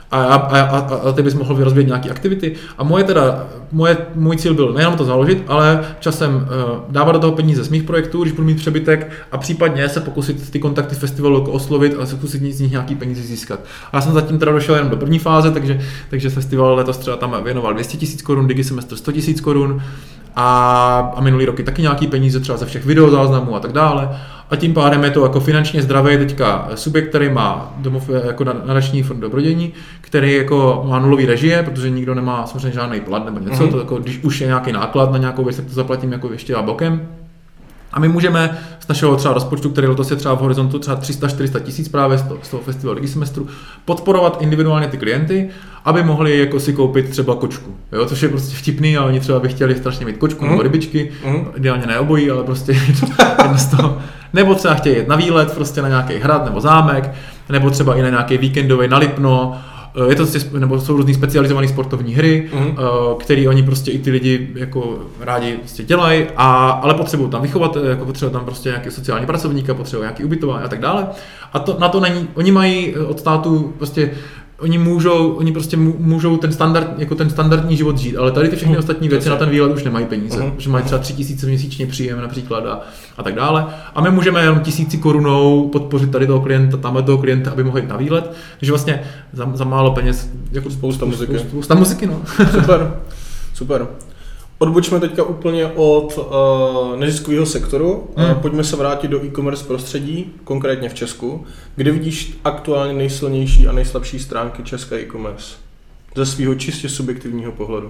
a ty bys mohl rozvíjet nějaké aktivity. A můj cíl byl nejenom to založit, ale časem dávat do toho peníze z mých projektů, když budu mít přebytek a případně se pokusit ty kontakty festivalu jako oslovit a zkusit z nich nějaký peníze získat. A já jsem zatím teda došel jenom do první fáze, takže festival letos třeba tam věnoval 200 000 korun, Digisemestr 100 000 korun a minulý roky taky nějaký peníze třeba ze všech videozáznamů a tak dále. a tím pádem je to jako finančně zdravý teďka subjekt, který má jako nadační fond dobrodění, který jako má nulový režie, protože nikdo nemá samozřejmě žádný plat nebo něco, to jako, když už je nějaký náklad na nějakou věc, tak to zaplatím jako ještě a bokem. A my můžeme z našeho třeba rozpočtu, který letos je třeba v horizontu třeba 300-400 tisíc právě z toho festivalu Digisemestru, podporovat individuálně ty klienty, aby mohli jako si koupit třeba kočku, jo? Což je prostě vtipný a oni třeba by chtěli strašně mít kočku nebo rybičky, ideálně ne obojí, ale prostě jedno z toho. Nebo třeba chtějí jet na výlet prostě na nějaký hrad nebo zámek, nebo třeba i na nějaký víkendový na Lipno. Je to, nebo jsou různý specializované sportovní hry, které oni prostě i ty lidi jako rádi prostě dělají, ale potřebují tam vychovat, jako potřebují tam prostě nějaký sociální pracovníka, potřebují nějaký ubytování a tak dále. A to, na to není, oni mají od státu prostě oni prostě můžou ten standardní život žít, ale tady ty všechny ostatní věci na ten výlet už nemají peníze, že mají třeba 3 000 měsíčně příjem například a tak dále. A my můžeme jenom 1000 korunou podpořit tady toho klienta, tamhle toho klienta, aby mohl jít na výlet, takže vlastně za málo peněz jako spousta muziky, no. Super. Odbočme teďka úplně od neziskového sektoru. Pojďme se vrátit do e-commerce prostředí, konkrétně v Česku. Kde vidíš aktuálně nejsilnější a nejslabší stránky české e-commerce? Ze svého čistě subjektivního pohledu.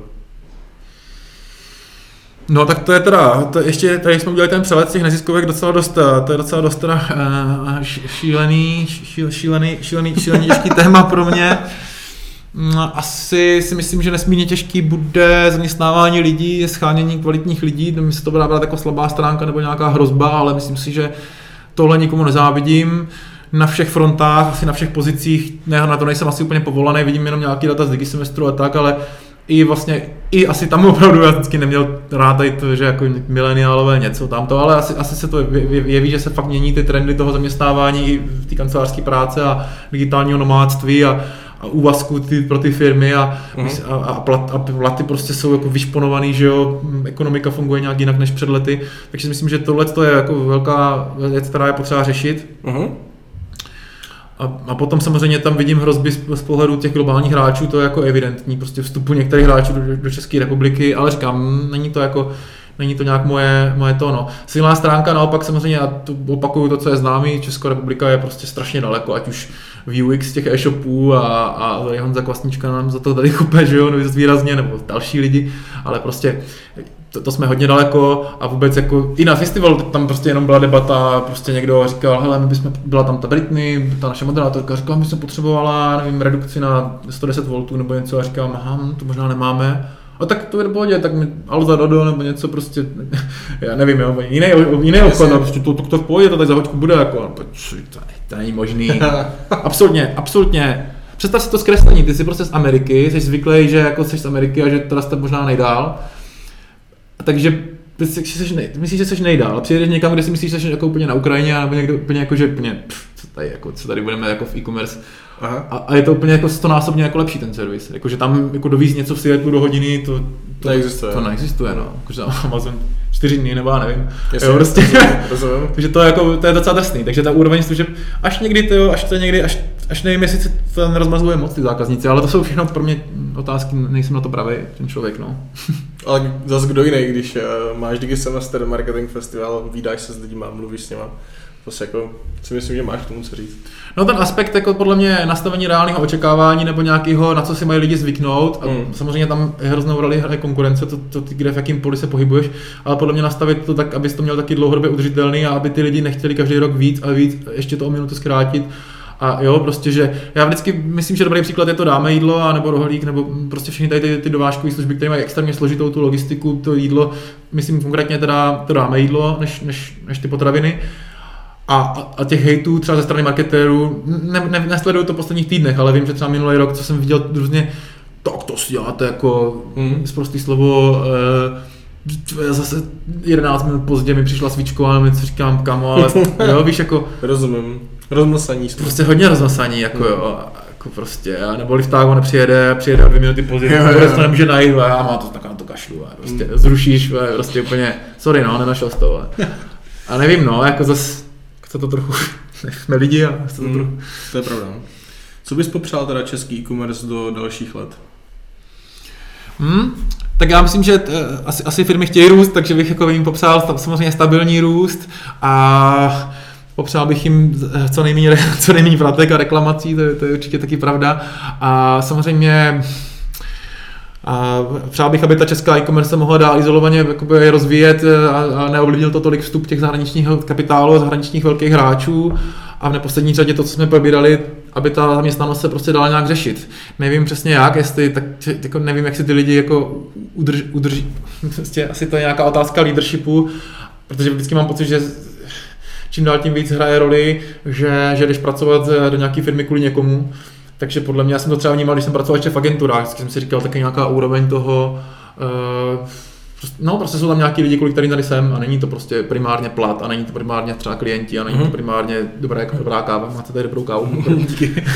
No tak to je teda, ještě tady jsme udělali ten přehled z těch neziskovek docela dost, to je docela dost teda šílený těžký téma pro mě. Asi si myslím, že nesmírně těžký bude zaměstnávání lidí, schánění kvalitních lidí, mi se to bude brát jako slabá stránka nebo nějaká hrozba, ale myslím si, že tohle nikomu nezávidím. Na všech frontách, asi na všech pozicích, na to nejsem asi úplně povolaný, vidím jenom nějaký data z Digisemestru a tak, ale i asi tam opravdu já vždycky neměl rád tady to, že jako mileniálové něco tamto, ale asi se to jeví, že se fakt mění ty trendy toho zaměstnávání i v té kancelářské práce a digitálního nomádství a úvazku pro ty firmy a platy prostě jsou jako vyšponovaný, že jo, ekonomika funguje nějak jinak než před lety, takže si myslím, že tohle je jako velká věc, která je potřeba řešit. A potom samozřejmě tam vidím hrozby z pohledu těch globálních hráčů, to je jako evidentní, prostě vstupu některých hráčů do České republiky, ale říkám, není to nějak moje to, no. Silná stránka naopak samozřejmě, já to opakuju to, co je známý, Česká republika je prostě strašně daleko, ať už v UX těch e-shopů a Honza Kvasnička nám za to tady kupe, že jo, výrazně, nebo další lidi, ale prostě to jsme hodně daleko a vůbec jako i na festivalu tam prostě jenom byla debata, prostě někdo říkal, hele, byla tam ta Britney, ta naše moderátorka, říkala, my jsme potřebovala, nevím, redukci na 110 V nebo něco a říkám, aha, to možná nemáme. A tak to je v pohodě, tak mi Alza Dodo nebo něco prostě, já nevím, jo, jiný obchod, no, prostě to v pohodě, to tady za hoďku bude, jako, to není možný. Absolutně. Představ si to zkreslení, ty jsi prostě z Ameriky, jsi zvyklý, že jako jsi z Ameriky a že teda jste možná nejdál. Takže myslíš, že jsi nejdál, přijedeš někam, kde si myslíš, že jsi jako úplně na Ukrajině, nebo někdo úplně jako, že úplně, co tady budeme jako v e-commerce. A je to úplně jako 100násobně jako lepší ten servis, jakože tam jako dovízt něco v Seattlu do hodiny, to neexistuje, no, jakože Amazon 4 dny nebo já nevím. Jasně, jo, prostě. rozumím. Takže to je docela drsný, takže ta úroveň služeb, až nevím, jestli to nerozmazuje moc ty zákazníci, ale to jsou všechno pro mě otázky, nejsem na to pravý ten člověk, no. Ale zase kdo jiný, když máš Digisemester, marketing festival, vídáš se s lidmi, mluvíš s nima, prostě jako si myslím, že máš k tomu co říct. No ten aspekt jako podle mě nastavení reálného očekávání nebo nějakého, na co si mají lidi zvyknout a samozřejmě tam je hroznou roli hraje konkurence, to ty, kde v jakém poli se pohybuješ, ale podle mě nastavit to tak, abys to měl taky dlouhodobě udržitelný a aby ty lidi nechtěli každý rok víc a víc, ještě to o minutu zkrátit. A jo, prostě, že já vždycky myslím, že dobrý příklad je to dáme jídlo, a nebo rohlík, nebo prostě všechny tady ty dovážkové služby, které mají extrémně složitou tu logistiku, to jídlo, myslím konkrétně teda to dáme jídlo, než ty potraviny. A těch hejtů třeba ze strany marketérů, nesleduju to v posledních týdnech, ale vím, že třeba minulý rok, co jsem viděl různě, tak to si děláte jako zprostý slovo, zase 11 minut pozdě mi přišla svíčková, a co říkám, kamo, ale jo, víš, jako... Rozumím. Rozmlsaní. Prostě hodně rozmlsaní, jako jo, jako prostě, nebo lifták on přijede 2 minuty později, to nemůže najít, a já mám to tak na to kašlu, a prostě zrušíš, prostě úplně, sorry no, nenašel jsi to, a nevím no, jako zase, chce to trochu, jsme lidi a chce to trochu. To je pravda. Co bys popřál teda český e-commerce do dalších let? Tak já myslím, že asi firmy chtějí růst, takže bych jako jim popsal samozřejmě stabilní růst a Popřál bych jim co nejméně vratek a reklamací, to je určitě taky pravda. A samozřejmě přál bych, aby ta česká e-commerce mohla dál izolovaně rozvíjet a neovlivnil to tolik vstup těch zahraničních kapitálů, zahraničních velkých hráčů. A v neposlední řadě to, co jsme probírali, aby ta zaměstnanost se prostě dala nějak řešit. Nevím přesně jak, jestli, tak jako nevím, jak si ty lidi jako udrží. Prostě asi to je nějaká otázka leadershipu, protože vždycky mám pocit, že čím dál tím víc hraje roli, že jdeš pracovat do nějaké firmy kvůli někomu. Takže podle mě, já jsem to třeba vnímal, když jsem pracoval ještě v agenturách, jsem si říkal taky nějaká úroveň toho, prostě jsou tam nějaký lidi, kvůli kterým tady jsem a není to prostě primárně plat a není to primárně třeba klienti a není to primárně dobrá káva, máte tady dobrou kávu. Díky.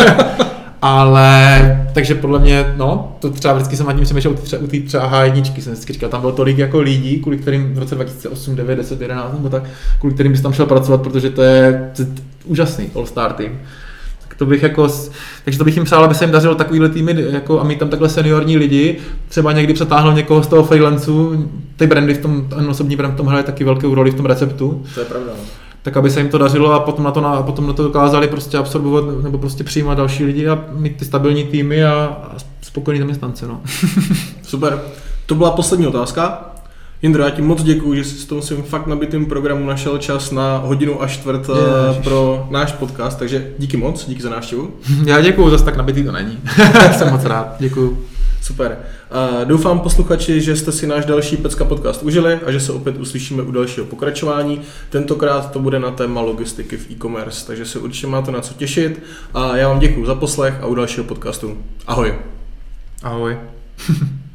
Ale, takže podle mě, to třeba vždycky jsem nad tím přemýšlel u té třeba H1, jsem vždycky říkal, tam bylo tolik jako lidí, kvůli kterým v roce 2008, 9, 10, 11 nebo tak, kvůli kterým bys tam šel pracovat, protože to je úžasný all-star tým. To bych takže to bych jim přál, aby se jim dařilo takovýhle týmy jako, a mít tam takhle seniorní lidi, třeba někdy přetáhnout někoho z toho freelanceu, ty brandy ten osobní brand v tom hraje taky velkou roli v tom receptu. To je pravda. Tak aby se jim to dařilo a potom na to dokázali prostě absorbovat nebo prostě přijímat další lidi a mít ty stabilní týmy a spokojený zaměstnance. Super. To byla poslední otázka. Jindro, já ti moc děkuju, že jsi s tom svým fakt nabitým programu našel čas na 1.15 pro náš podcast, takže díky moc, díky za návštěvu. Já děkuju, zase tak nabitý to není. Jsem moc rád, děkuju. Super. Doufám, posluchači, že jste si náš další Pecka podcast užili a že se opět uslyšíme u dalšího pokračování. Tentokrát to bude na téma logistiky v e-commerce, takže se určitě máte na co těšit a já vám děkuju za poslech a u dalšího podcastu. Ahoj. Ahoj.